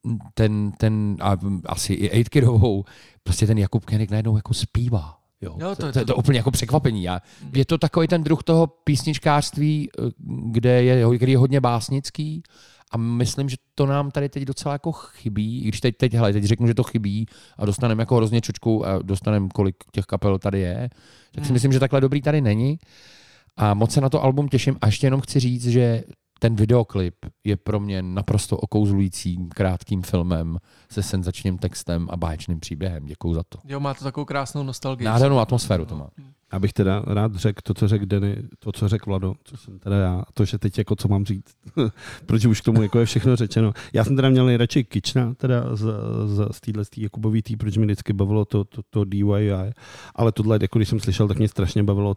ten a asi i 8kidovou, prostě ten Jakub Koenig najednou jako zpívá. Jo. To je úplně jako překvapení. Je to takový ten druh toho písničkářství, který je hodně básnický, a myslím, že to nám tady teď docela jako chybí, i když teď řeknu, že to chybí a dostaneme jako hrozně čočku a dostaneme, kolik těch kapel tady je, tak si myslím, že takhle dobrý tady není. A moc se na to album těším a ještě jenom chci říct, že ten videoklip je pro mě naprosto okouzlujícím krátkým filmem se senzačním textem a báječným příběhem. Děkuju za to. Jo, má to takovou krásnou nostalgii. Nádhernou atmosféru to má. Abych teda rád řekl to, co řekl Denny, to, co řekl Vlado, co jsem teda já, a to, že teď jako co mám říct, protože už k tomu jako je všechno řečeno. Já jsem teda měl nejradši Kyčna, teda z téhle Jakubový tý, protože mi vždycky bavilo to DIY, ale tohle, jako když jsem slyšel, tak mě strašně bavilo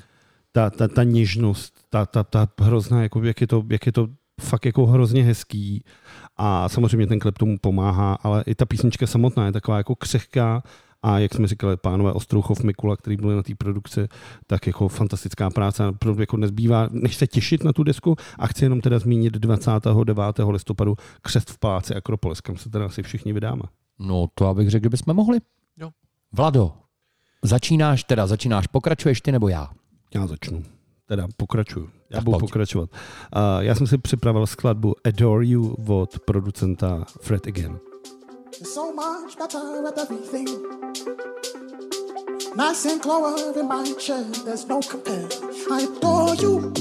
ta něžnost, ta hrozná, jako jak je to fakt jako hrozně hezký a samozřejmě ten klip tomu pomáhá, ale i ta písnička samotná je taková jako křehká a jak jsme říkali, pánové Ostrouchov, Mikula, který byli na té produkci, tak jako fantastická práce, jako nezbývá, než se těšit na tu desku a chci jenom teda zmínit 29. listopadu Křest v paláci Akropolis, kam se teda asi všichni vydáme. No to abych řekl, kdybychom mohli. Jo. Vlado, začínáš, pokračuješ ty nebo já? Já začnu. Teda pokračuju. Já budu pokračovat. Já jsem si připravil skladbu Adore You od producenta Fred Again. So much better at everything. Nice and clover in my chair, there's no compare. I adore you.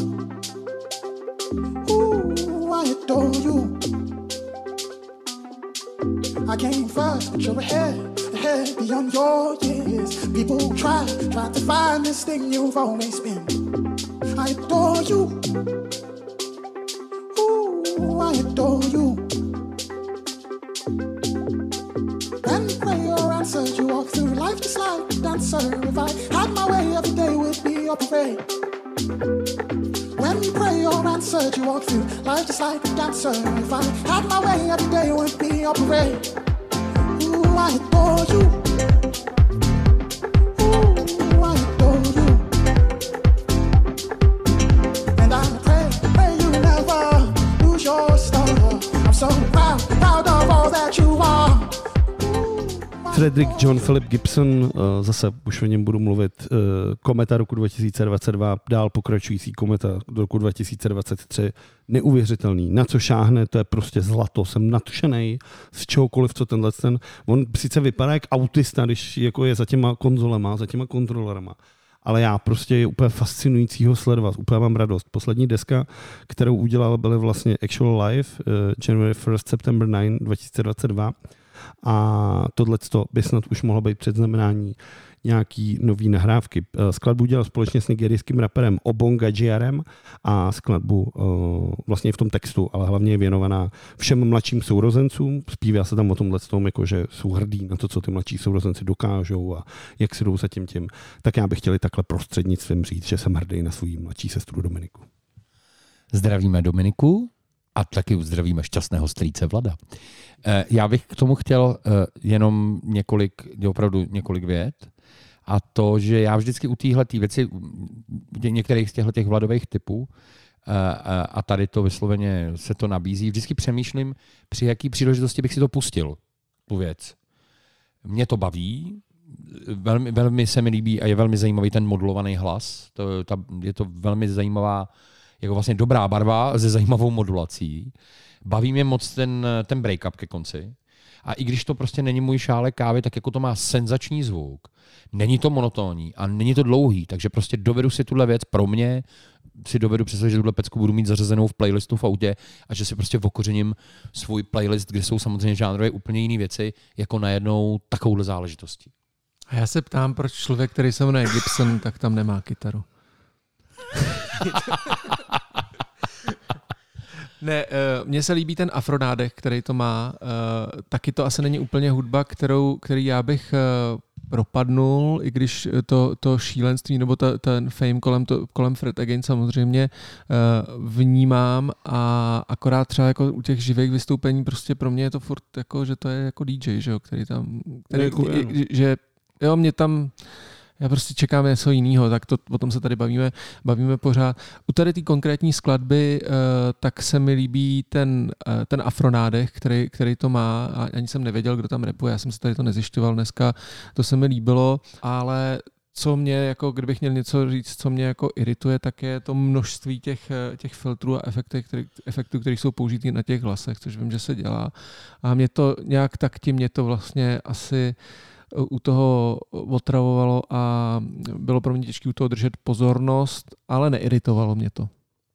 Ooh, I adore you. I came first, but you're ahead beyond your years. People try to find this thing you've always been. I adore you. Ooh, I adore you. When prayer answered, you walk through life just like a dancer. If I had my way, every day would be a parade. When prayer answered, you walk through life just like a dancer. If I had my way, every day would be a parade. Ooh, I adore you. Ooh, I adore you. And I pray you never lose your star. I'm so proud of all that you are. Frederick John Philip Gibson, zase už o něm budu mluvit, kometa roku 2022, dál pokračující kometa do roku 2023, neuvěřitelný, na co šáhne, to je prostě zlato, jsem nadšenej z čehokoliv, co ten, on sice vypadá jak autista, když jako je za těma konzolema, za těma kontrolerama, ale já prostě je úplně fascinující ho sledovat, úplně mám radost. Poslední deska, kterou udělal, byly vlastně Actual Live, January 1st, September 9, 2022, a tohleto by snad už mohlo být předznamenání nějaký nový nahrávky. Skladbu dělal společně s nigerijským raperem Obonga Jiarem a skladbu vlastně v tom textu, ale hlavně je věnovaná všem mladším sourozencům. Zpívá se tam o tomhletom, jako že jsou hrdí na to, co ty mladší sourozenci dokážou a jak si jdou za tím. Tak já bych chtěl takhle prostřednictvím říct, že jsem hrdý na svou mladší sestru Dominiku. Zdravíme Dominiku. A taky uzdravíme šťastného strýce Vlada. Já bych k tomu chtěl jenom opravdu několik vět. A to, že já vždycky u téhletý věci, některých z těch Vladových typů, a tady to vysloveně se to nabízí, vždycky přemýšlím, při jaký příležitosti bych si to pustil, tu věc. Mě to baví, velmi se mi líbí a je velmi zajímavý ten modulovaný hlas. Je to velmi zajímavá, jako vlastně dobrá barva se zajímavou modulací. Baví mě moc ten break-up ke konci. A i když to prostě není můj šálek kávy, tak jako to má senzační zvuk. Není to monotónní a není to dlouhý, takže prostě dovedu si tuhle věc pro mě, si dovedu představit, že tuhle pecku budu mít zařazenou v playlistu v autě a že si prostě okořením svůj playlist, kde jsou samozřejmě žánrové úplně jiné věci, jako najednou takovouhle záležitostí. A já se ptám, proč člověk, který se jmenuje Gibson, tak tam nemá kytaru. Ne, mně se líbí ten afronádech, který to má. Taky to asi není úplně hudba, který já bych propadnul, i když to šílenství nebo ten fame kolem Fred Again samozřejmě vnímám a akorát třeba jako u těch živých vystoupení prostě pro mě je to furt jako, že to je jako DJ, že jo, že jo, mě tam já prostě čekám něco jiného, tak o tom se tady bavíme pořád. U tady té konkrétní skladby tak se mi líbí ten afronádech, který to má. A ani jsem nevěděl, kdo tam rapuje, já jsem se tady to nezjišťoval dneska, to se mi líbilo, ale co mě, jako kdybych měl něco říct, co mě jako irituje, tak je to množství těch filtrů a efektů, které jsou použitý na těch hlasech, což vím, že se dělá. A mě to nějak tak mě to vlastně asi u toho otravovalo a bylo pro mě těžké u toho držet pozornost, ale neiritovalo mě to.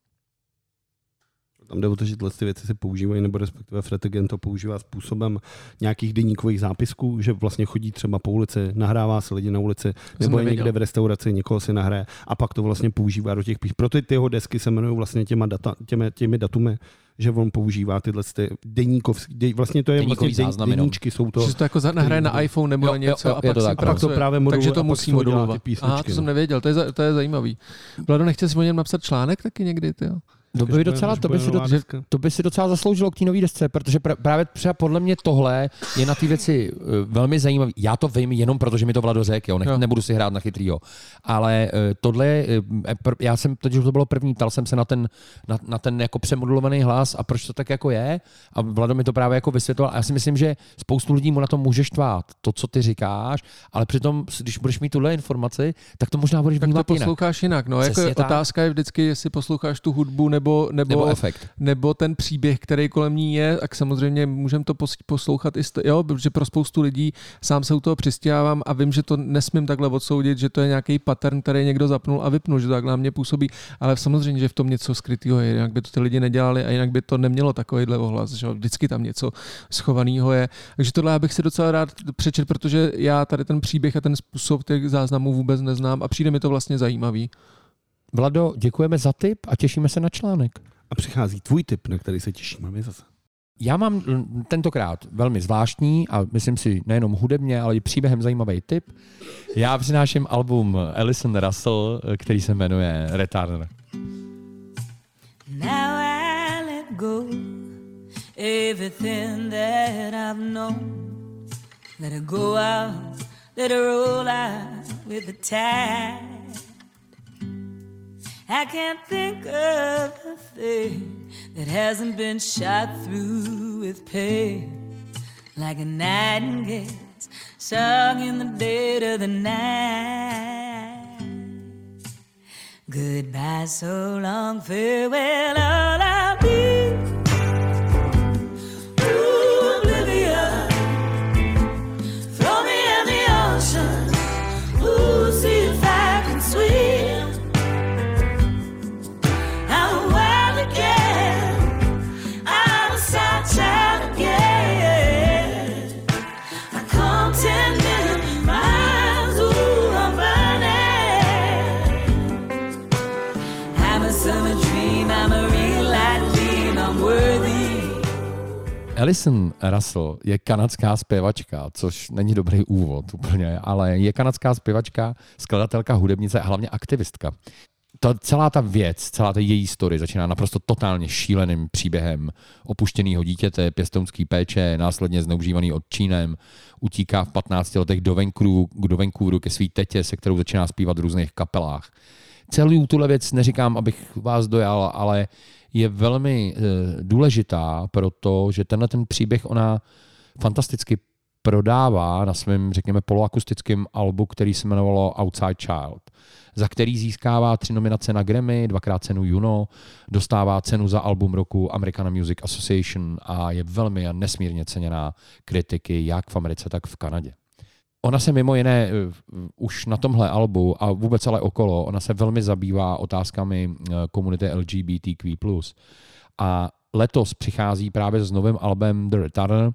Tam jde o to, že ty věci se používají, nebo respektive Fred Again to používá způsobem nějakých deníkových zápisků, že vlastně chodí třeba po ulici, nahrává se lidi na ulici, nebo je někde v restauraci, někoho si nahraje a pak to vlastně používá do těch písní. Proto ty jeho desky se jmenují vlastně těmi datumy, že on používá tyhle deníkovské, vlastně to je vlastně deníčky, jsou to. Že to jako nahraje na iPhone nebo na něco a pak si pracuje, takže to musí modulovat. Aha, to jsem nevěděl, to je zajímavý. Vlado, nechce si o něm napsat článek taky někdy, tyjo? To by si docela zasloužilo k té nový desce, protože právě třeba podle mě tohle je na té věci velmi zajímavý. Já to vím jenom proto, že mi to Vlado řekl, nebudu si hrát na chytrýho. Ale tohle, já jsem, když to bylo první, ptal jsem se na ten jako přemodulovaný hlas a proč to tak jako je. A Vlado mi to právě jako vysvětloval. A já si myslím, že spoustu lidí mu na to může štvát, to, co ty říkáš, ale přitom, když budeš mít tuhle informaci, tak to možná budeš vnímat jinak. Tak to posloucháš jinak. No, jako otázka je vždycky, jestli posloucháš tu hudbu nebo efekt. Nebo ten příběh, který kolem ní je, tak samozřejmě můžeme to poslouchat protože pro spoustu lidí sám se u toho přistěhávám a vím, že to nesmím takhle odsoudit, že to je nějaký pattern, který někdo zapnul a vypnul, že to takhle na mě působí, ale samozřejmě, že v tom něco skrytého je, jinak by to ty lidi nedělali a jinak by to nemělo takovýhle ohlas, že vždycky tam něco schovaného je. Takže tohle já bych si docela rád přečetl, protože já tady ten příběh a ten způsob těch záznamů vůbec neznám a přijde mi to vlastně zajímavý. Vlado, děkujeme za tip a těšíme se na článek. A přichází tvůj tip, na který se těšíme my zase. Já mám tentokrát velmi zvláštní a myslím si nejenom hudebně, ale i příběhem zajímavý tip. Já přináším album Alison Russell, který se jmenuje Returner. Now I let go everything that I've known. Let it go out, let it roll out with the tide. I can't think of a thing that hasn't been shot through with pain, like a nightingale's sung in the dead of the night. Goodbye, so long, farewell, all I'll be. Oblivion, throw me in the ocean. Ooh, see if I can swim. I'm wild again. I'm a sad child again. I come 10 million miles. Ooh, I'm burning. I'm a summer dream. I'm a real light dream. I'm worthy. Alison Russell je kanadská zpěvačka, což není dobrý úvod úplně, ale je kanadská zpěvačka, skladatelka, hudebnice a hlavně aktivistka. Celá ta věc, celá ta její story začíná naprosto totálně šíleným příběhem opuštěného dítěte, pěstounský péče, následně zneužívaný otčínem, utíká v 15 letech do Vancouveru ke svý tetě, se kterou začíná zpívat v různých kapelách. Celou tuhle věc neříkám, abych vás dojal, ale je velmi důležitá, protože tenhle ten příběh ona fantasticky prodává na svém, řekněme, poloakustickém albu, který se jmenovalo Outside Child, za který získává 3 nominace na Grammy, 2x cenu Juno, dostává cenu za album roku American Music Association a je velmi a nesmírně ceněná kritiky jak v Americe, tak v Kanadě. Ona se mimo jiné už na tomhle albu a vůbec ale okolo, ona se velmi zabývá otázkami komunity LGBTQ+. A letos přichází právě s novým albem The Returner,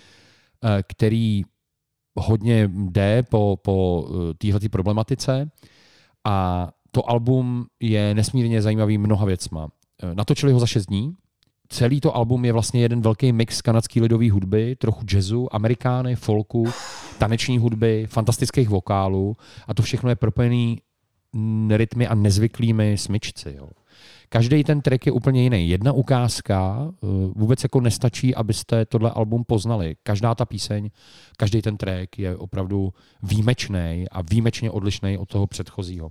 který hodně jde po téhletý problematice a to album je nesmírně zajímavý mnoha věcma. Natočili ho za 6 dní. Celý to album je vlastně jeden velký mix kanadské lidové hudby, trochu jazzu, amerikány, folku, taneční hudby, fantastických vokálů a to všechno je propojený rytmy a nezvyklými smyčci. Jo. Každý ten track je úplně jiný. Jedna ukázka vůbec jako nestačí, abyste tohle album poznali. Každá ta píseň, každý ten track je opravdu výjimečný a výjimečně odlišný od toho předchozího.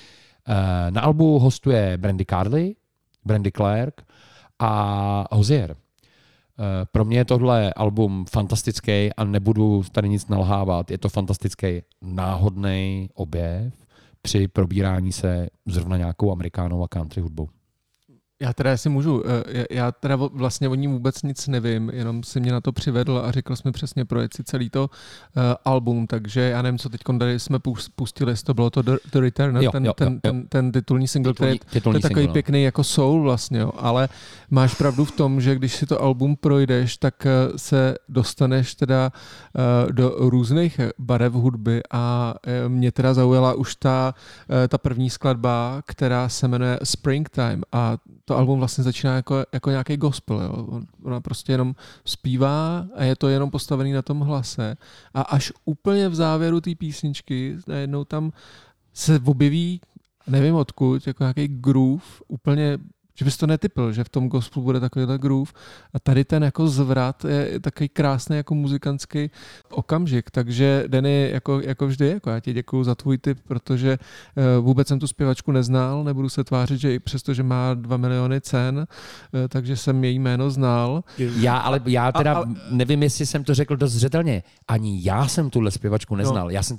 Na albu hostuje Brandy Carley, Brandy Clark a Hozier. Pro mě je tohle album fantastický a nebudu tady nic nalhávat. Je to fantastický náhodný objev při probírání se zrovna nějakou amerikánou a country hudbou. Já teda si můžu, já teda vlastně o ní vůbec nic nevím, jenom si mě na to přivedl a řekl jsme přesně projet si celý to album, takže já nevím, co teď tady jsme pustili, to bylo to The Returner, ten titulní single, který je takový single, pěkný jako soul vlastně, jo, ale máš pravdu v tom, že když si to album projdeš, tak se dostaneš teda do různých barev hudby a mě teda zaujala už ta první skladba, která se jmenuje Springtime a to album vlastně začíná jako nějaký gospel. Jo. Ona prostě jenom zpívá a je to jenom postavený na tom hlase. A až úplně v závěru té písničky najednou tam se objeví, nevím odkud, jako nějaký groove, úplně, že bys to netypl, že v tom gospelu bude takovýhle groove. A tady ten jako zvrat je takový krásný jako muzikantský okamžik. Takže Denny, jako vždy, jako já ti děkuju za tvůj tip, protože vůbec jsem tu zpěvačku neznal, nebudu se tvářit, že i přesto, že má 2 miliony cen, takže jsem její jméno znal. Já teda nevím, jestli jsem to řekl dost zřetelně. Ani já jsem tuhle zpěvačku neznal. No.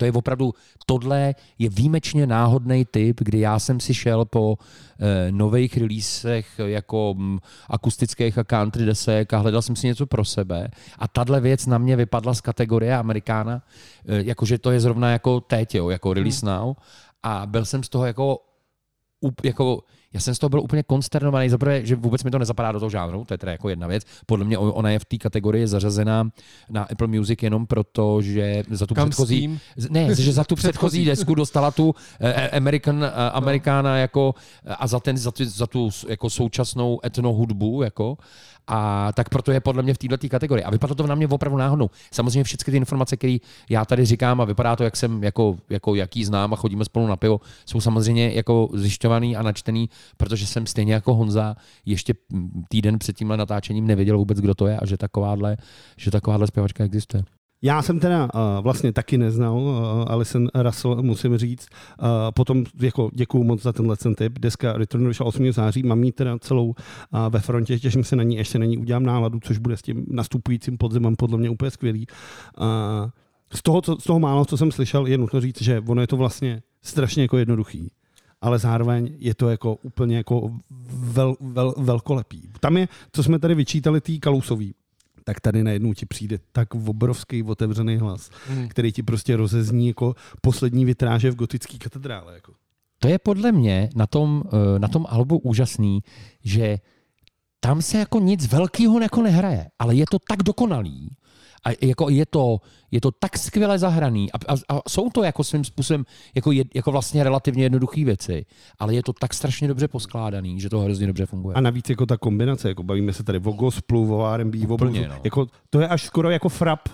Tohle je výjimečně náhodný tip, kdy já jsem si šel po nových release věcech jako akustických a country desek a hledal jsem si něco pro sebe. A tahle věc na mě vypadla z kategorie Amerikána, jakože to je zrovna jako teď, jako Release Now. A byl jsem z toho jako já jsem z toho byl úplně konsternovaný, zaprvé, že vůbec mi to nezapadá do toho žánru, to je teda jako jedna věc. Podle mě ona je v té kategorii zařazená na Apple Music jenom proto, že za tu že za tu předchozí desku dostala tu Amerikána jako a za tu jako současnou etno hudbu jako. A tak proto je podle mě v této kategorii. A vypadlo to na mě opravdu náhodnou. Samozřejmě všechny ty informace, které já tady říkám a vypadá to, jak jsem jako jaký znám a chodíme spolu na pivo, jsou samozřejmě jako zjišťovaný a načtený, protože jsem stejně jako Honza ještě týden před tímhle natáčením nevěděl vůbec, kdo to je a že takováhle zpěvačka existuje. Já jsem teda vlastně taky neznal Alison Russell, musím říct. Potom jako děkuju moc za tenhle tip. Deska Return vyšla 8. září, mám ji teda celou ve frontě, těším se na ní, ještě na ní udělám náladu, což bude s tím nastupujícím podzimem podle mě úplně skvělý. Z toho málo, co jsem slyšel, je nutno říct, že ono je to vlastně strašně jako jednoduchý, ale zároveň je to jako úplně jako velkolepý. Tam je, co jsme tady vyčítali tý Kalousový, tak tady najednou ti přijde tak obrovský otevřený hlas, který ti prostě rozezní jako poslední vitráže v gotické katedrále. Jako. To je podle mě na tom albu úžasný, že tam se jako nic velkého jako nehraje, ale je to tak dokonalý a jako je to tak skvěle zahraný a jsou to jako svým způsobem jako vlastně relativně jednoduché věci, ale je to tak strašně dobře poskládaný, že to hrozně dobře funguje. A navíc jako ta kombinace, jako bavíme se tady o gospelu, o R&B, o bluesu, jako to je až skoro jako frap.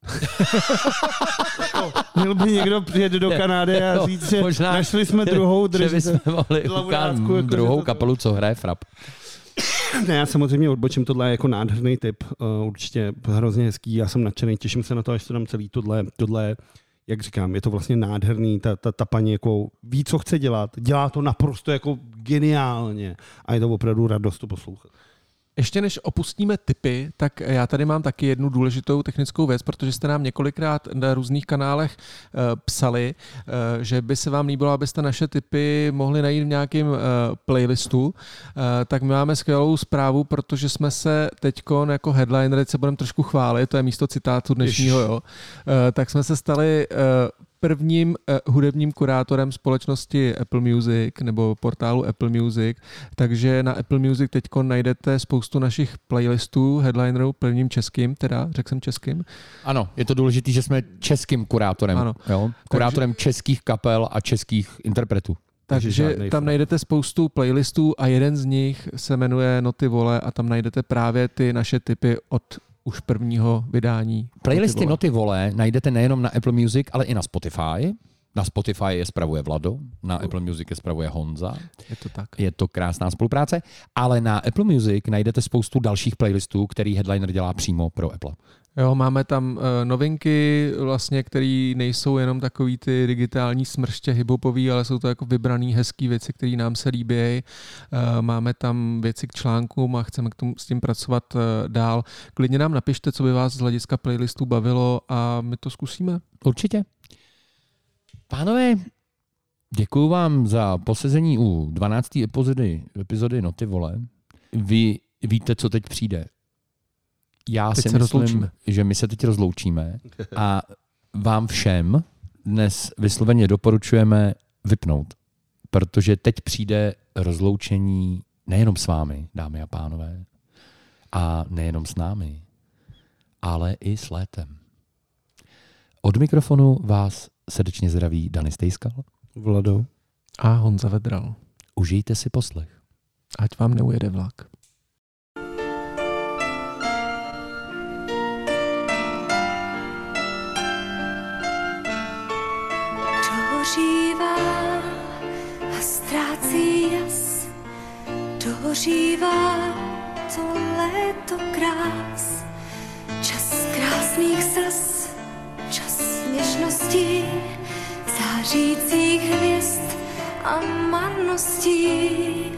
Jako, měl by někdo přijet do Kanady a říct, že možná, našli jsme druhou druhou kapelu, co hraje frap. Ne, já samozřejmě odbočím, tohle je jako nádherný tip, určitě hrozně hezký, já jsem nadšený, těším se na to, až to dám celý, tohle, jak říkám, je to vlastně nádherný, ta paní jako ví, co chce dělá to naprosto jako geniálně a je to opravdu radost to poslouchat. Ještě než opustíme tipy, tak já tady mám taky jednu důležitou technickou věc, protože jste nám několikrát na různých kanálech psali, že by se vám líbilo, abyste naše tipy mohli najít v nějakém playlistu, tak my máme skvělou zprávu, protože jsme se teďkon jako headliner, se budeme trošku chválit, to je místo citátu dnešního, jo, tak jsme se stali prvním hudebním kurátorem společnosti Apple Music nebo portálu Apple Music, takže na Apple Music teďko najdete spoustu našich playlistů, headlinerů, prvním českým, teda řekl jsem českým. Ano, je to důležité, že jsme českým kurátorem, ano. Jo? Kurátorem českých kapel a českých interpretů. Takže tam najdete spoustu playlistů a jeden z nich se jmenuje Noty vole a tam najdete právě ty naše tipy od už prvního vydání. Playlisty Noty vole najdete nejenom na Apple Music, ale i na Spotify. Na Spotify je spravuje Vlado, na Apple Music je spravuje Honza. Je to tak. Je to krásná spolupráce, ale na Apple Music najdete spoustu dalších playlistů, který Headliner dělá přímo pro Apple. Jo, máme tam novinky, vlastně, které nejsou jenom takový ty digitální smrště hiphopový, ale jsou to jako vybraný hezký věci, které nám se líbí. Máme tam věci k článkům a chceme s tím pracovat dál. Klidně nám napište, co by vás z hlediska playlistů bavilo a my to zkusíme. Určitě. Pánové, děkuju vám za posezení u 12. epizody Noty vole. Vy víte, co teď přijde. Já si myslím, že my se teď rozloučíme a vám všem dnes vysloveně doporučujeme vypnout, protože teď přijde rozloučení nejenom s vámi, dámy a pánové, a nejenom s námi, ale i s létem. Od mikrofonu vás srdečně zdraví Dany Stejskal, Vlado a Honza Vedral. Užijte si poslech. Ať vám neujede vlak. Dohořívá a ztrácí jas, dohořívá to léto krás, čas krásných slz, čas něžností, zářících hvězd a marností.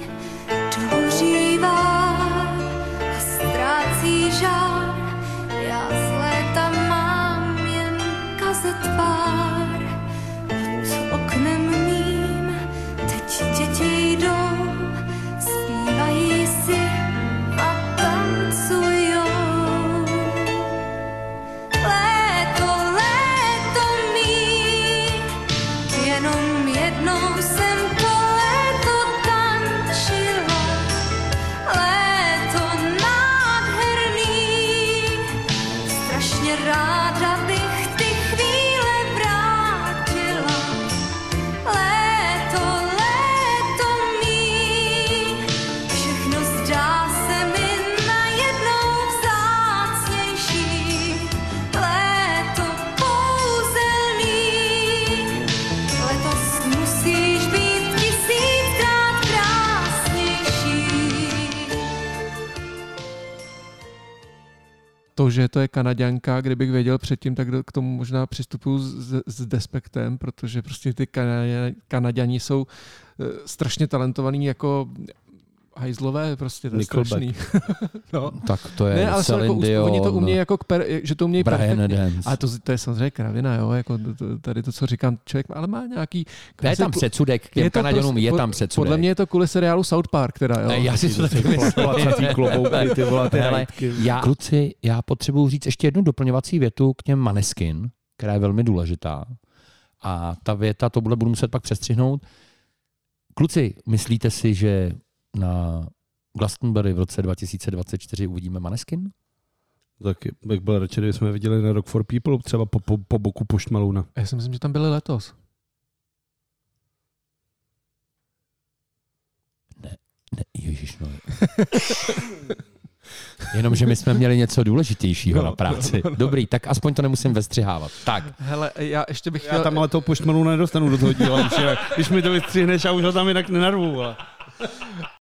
Dohořívá a ztrácí žár, já z léta mám jen kazetvár. Oknem mým teď děti jdou, zpívají to, že to je Kanaďanka, kdybych věděl předtím, tak k tomu možná přistupuju s despektem, protože prostě ty Kanaďani jsou strašně talentovaný jako hajzlové, prostě to je strašný. No. Tak to je Celine Dion. Oni to umějí jako, že to umějí Brian perfektně. A to je samozřejmě kravina, jo, jako tady to, co říkám, člověk, ale má nějaký... Je tam předsudek, k těm Kanaďanům je tam předsudek. Podle mě je to kvůli seriálu South Park, teda, jo. Já si to taky myslím. Kluci, já potřebuji říct ještě jednu doplňovací větu k těm Maneskin, která je velmi důležitá. A ta věta, to budu muset pak přestřihnout. Kluci, myslíte si, že na Glastonbury v roce 2024 uvidíme Maneskin? Tak bych byl radši, kdyby jsme viděli na Rock for People třeba po boku Post Malona. Já si myslím, že tam byli letos. Ne, ježiš, no. Jenomže my jsme měli něco důležitějšího na práci. Dobrý, tak aspoň to nemusím vestřihávat. Tak. Hele, já ještě bych chtěl... Já tam ale toho Post Malona nedostanu do toho díla, když mi to vystřihneš a už ho tam jinak nenarvu.